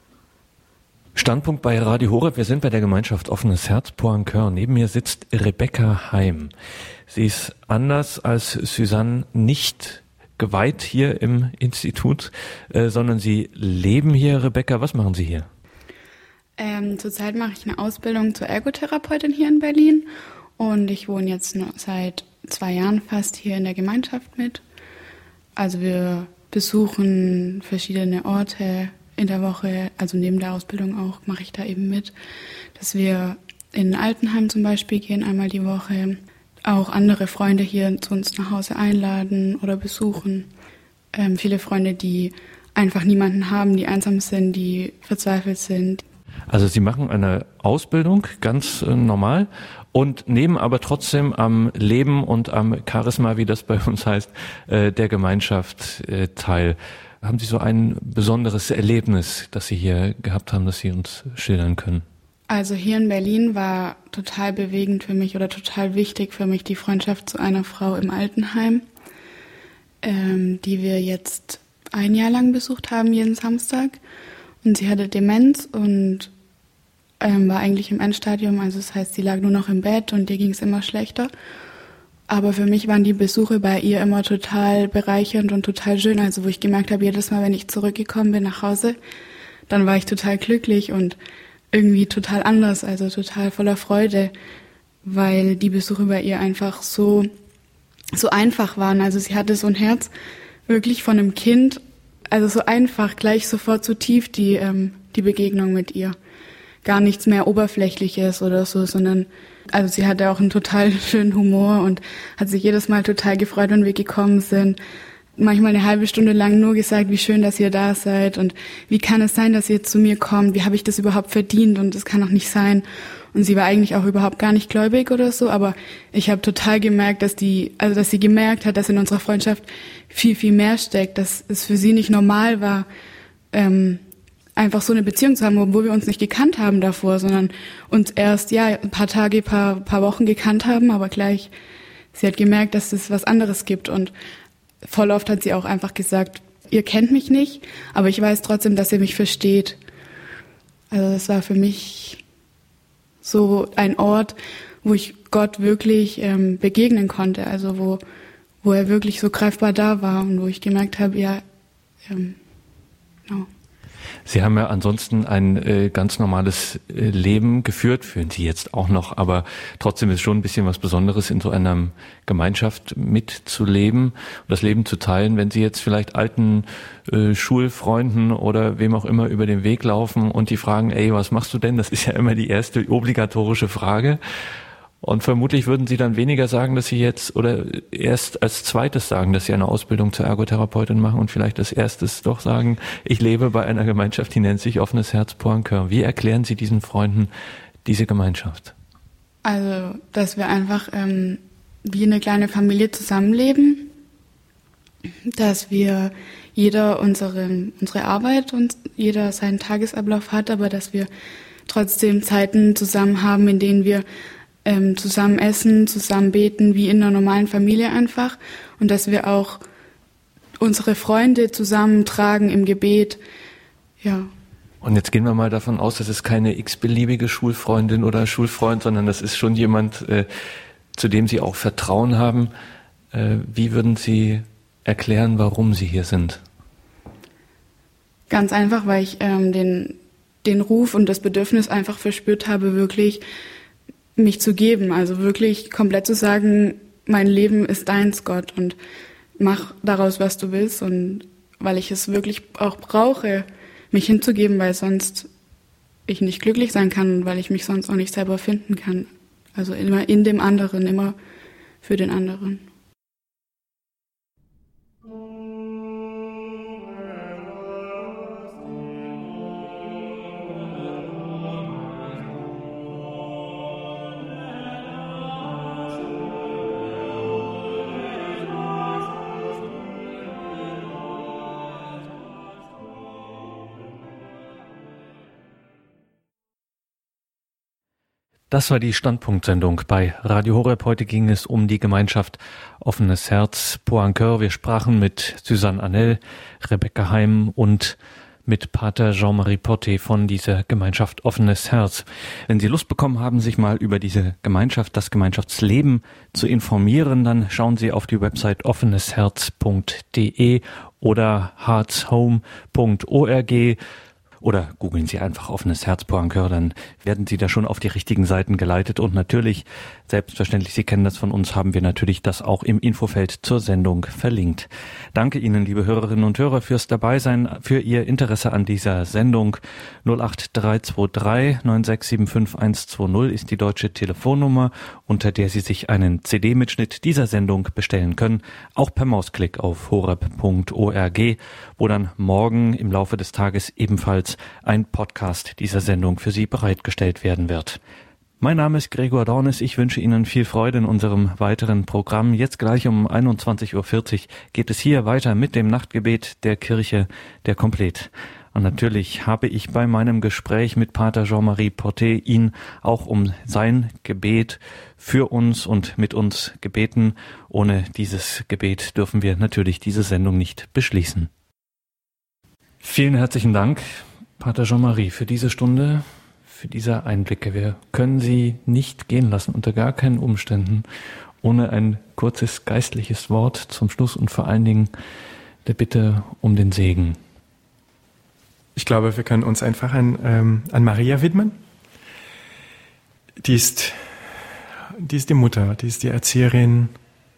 Standpunkt bei Radio Horeb. Wir sind bei der Gemeinschaft Offenes Herz Poincar. Neben mir sitzt Rebecca Heim. Sie ist anders als Suzanne nicht geweiht hier im Institut, äh, sondern Sie leben hier. Rebecca, was machen Sie hier? Ähm, zurzeit mache ich eine Ausbildung zur Ergotherapeutin hier in Berlin und ich wohne jetzt noch seit zwei Jahren fast hier in der Gemeinschaft mit. Also wir besuchen verschiedene Orte in der Woche, also neben der Ausbildung auch mache ich da eben mit, dass wir in ein Altenheim zum Beispiel gehen, einmal die Woche, auch andere Freunde hier zu uns nach Hause einladen oder besuchen. Ähm, viele Freunde, die einfach niemanden haben, die einsam sind, die verzweifelt sind. Also Sie machen eine Ausbildung, ganz äh, normal, und nehmen aber trotzdem am Leben und am Charisma, wie das bei uns heißt, äh, der Gemeinschaft äh, teil. Haben Sie so ein besonderes Erlebnis, das Sie hier gehabt haben, das Sie uns schildern können? Also hier in Berlin war total bewegend für mich oder total wichtig für mich die Freundschaft zu einer Frau im Altenheim, ähm, die wir jetzt ein Jahr lang besucht haben, jeden Samstag. Und sie hatte Demenz und ähm, war eigentlich im Endstadium, also das heißt, sie lag nur noch im Bett und ihr ging es immer schlechter. Aber für mich waren die Besuche bei ihr immer total bereichernd und total schön. Also wo ich gemerkt habe, jedes Mal, wenn ich zurückgekommen bin nach Hause, dann war ich total glücklich und irgendwie total anders, also total voller Freude, weil die Besuche bei ihr einfach so, so einfach waren. Also sie hatte so ein Herz wirklich von einem Kind, also so einfach, gleich sofort so tief die, ähm, die Begegnung mit ihr. Gar nichts mehr Oberflächliches oder so, sondern, also sie hatte auch einen total schönen Humor und hat sich jedes Mal total gefreut, wenn wir gekommen sind. Manchmal eine halbe Stunde lang nur gesagt, wie schön, dass ihr da seid und wie kann es sein, dass ihr zu mir kommt, wie habe ich das überhaupt verdient und das kann doch nicht sein. Und sie war eigentlich auch überhaupt gar nicht gläubig oder so, aber ich habe total gemerkt, dass die, also dass sie gemerkt hat, dass in unserer Freundschaft viel, viel mehr steckt, dass es für sie nicht normal war, ähm, einfach so eine Beziehung zu haben, obwohl wir uns nicht gekannt haben davor, sondern uns erst, ja, ein paar Tage, paar, paar Wochen gekannt haben, aber gleich, sie hat gemerkt, dass es was anderes gibt und voll oft hat sie auch einfach gesagt, ihr kennt mich nicht, aber ich weiß trotzdem, dass ihr mich versteht. Also das war für mich so ein Ort, wo ich Gott wirklich ähm, begegnen konnte, also wo, wo er wirklich so greifbar da war und wo ich gemerkt habe, ja, ähm, no. Sie haben ja ansonsten ein äh, ganz normales äh, Leben geführt, führen Sie jetzt auch noch, aber trotzdem ist schon ein bisschen was Besonderes, in so einer Gemeinschaft mitzuleben und das Leben zu teilen. Wenn Sie jetzt vielleicht alten äh, Schulfreunden oder wem auch immer über den Weg laufen und die fragen, ey, was machst du denn? Das ist ja immer die erste obligatorische Frage. Und vermutlich würden Sie dann weniger sagen, dass Sie jetzt oder erst als zweites sagen, dass Sie eine Ausbildung zur Ergotherapeutin machen und vielleicht als erstes doch sagen, ich lebe bei einer Gemeinschaft, die nennt sich Offenes Herz Poincar. Wie erklären Sie diesen Freunden diese Gemeinschaft? Also, dass wir einfach ähm, wie eine kleine Familie zusammenleben, dass wir jeder unsere, unsere Arbeit und jeder seinen Tagesablauf hat, aber dass wir trotzdem Zeiten zusammen haben, in denen wir Ähm, zusammen essen, zusammen beten, wie in einer normalen Familie einfach. Und dass wir auch unsere Freunde zusammentragen im Gebet. Ja. Und jetzt gehen wir mal davon aus, das ist keine x-beliebige Schulfreundin oder Schulfreund, sondern das ist schon jemand, äh, zu dem Sie auch Vertrauen haben. Äh, wie würden Sie erklären, warum Sie hier sind? Ganz einfach, weil ich ähm, den, den Ruf und das Bedürfnis einfach verspürt habe, wirklich mich zu geben, also wirklich komplett zu sagen, mein Leben ist deins, Gott, und mach daraus, was du willst, und weil ich es wirklich auch brauche, mich hinzugeben, weil sonst ich nicht glücklich sein kann, weil ich mich sonst auch nicht selber finden kann. Also immer in dem anderen, immer für den anderen. Das war die Standpunktsendung bei Radio Horeb. Heute ging es um die Gemeinschaft Offenes Herz Poincoeur. Wir sprachen mit Suzanne Annel, Rebecca Heim und mit Pater Jean-Marie Portet von dieser Gemeinschaft Offenes Herz. Wenn Sie Lust bekommen haben, sich mal über diese Gemeinschaft, das Gemeinschaftsleben zu informieren, dann schauen Sie auf die Website offenesherz punkt de oder heartshome punkt org. Oder googeln Sie einfach Offenes Herz Poincoeur, dann werden Sie da schon auf die richtigen Seiten geleitet. Und natürlich, selbstverständlich, Sie kennen das von uns, haben wir natürlich das auch im Infofeld zur Sendung verlinkt. Danke Ihnen, liebe Hörerinnen und Hörer, fürs Dabeisein, für Ihr Interesse an dieser Sendung. null acht drei zwei drei neun sechs sieben fünf eins zwei null ist die deutsche Telefonnummer, unter der Sie sich einen C D-Mitschnitt dieser Sendung bestellen können, auch per Mausklick auf horeb punkt org, wo dann morgen im Laufe des Tages ebenfalls ein Podcast dieser Sendung für Sie bereitgestellt werden wird. Mein Name ist Gregor Dornis. Ich wünsche Ihnen viel Freude in unserem weiteren Programm. Jetzt gleich um einundzwanzig Uhr vierzig geht es hier weiter mit dem Nachtgebet der Kirche der Komplet. Und natürlich habe ich bei meinem Gespräch mit Pater Jean-Marie Portet ihn auch um sein Gebet für uns und mit uns gebeten. Ohne dieses Gebet dürfen wir natürlich diese Sendung nicht beschließen. Vielen herzlichen Dank, Pater Jean-Marie, für diese Stunde, für diese Einblicke. Wir können Sie nicht gehen lassen, unter gar keinen Umständen, ohne ein kurzes geistliches Wort zum Schluss und vor allen Dingen der Bitte um den Segen. Ich glaube, wir können uns einfach an, ähm, an Maria widmen. Die ist, die ist die Mutter, die ist die Erzieherin.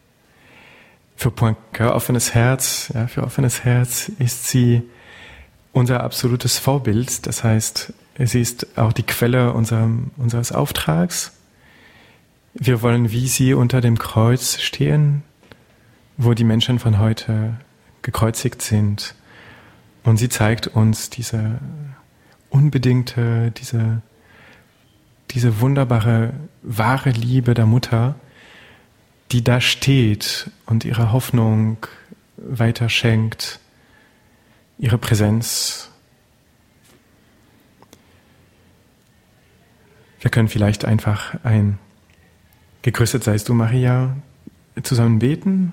Für Poincoeur, Offenes Herz, ja, für Offenes Herz ist sie unser absolutes Vorbild. Das heißt, sie ist auch die Quelle unserem, unseres Auftrags. Wir wollen wie sie unter dem Kreuz stehen, wo die Menschen von heute gekreuzigt sind. Und sie zeigt uns diese unbedingte, diese, diese wunderbare, wahre Liebe der Mutter, die da steht und ihre Hoffnung weiter schenkt, ihre Präsenz. Wir können vielleicht einfach ein Gegrüßet seist du, Maria, zusammen beten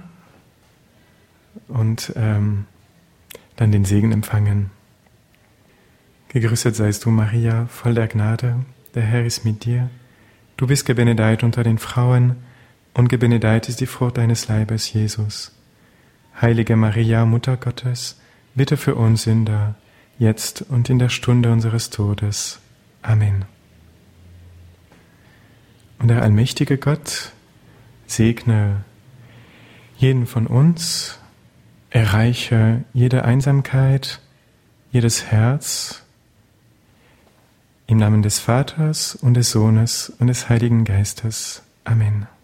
und ähm, dann den Segen empfangen. Gegrüßet seist du, Maria, voll der Gnade, der Herr ist mit dir. Du bist gebenedeit unter den Frauen und gebenedeit ist die Frucht deines Leibes, Jesus. Heilige Maria, Mutter Gottes, bitte für uns Sünder, jetzt und in der Stunde unseres Todes. Amen. Und der allmächtige Gott segne jeden von uns, erreiche jede Einsamkeit, jedes Herz, im Namen des Vaters und des Sohnes und des Heiligen Geistes. Amen.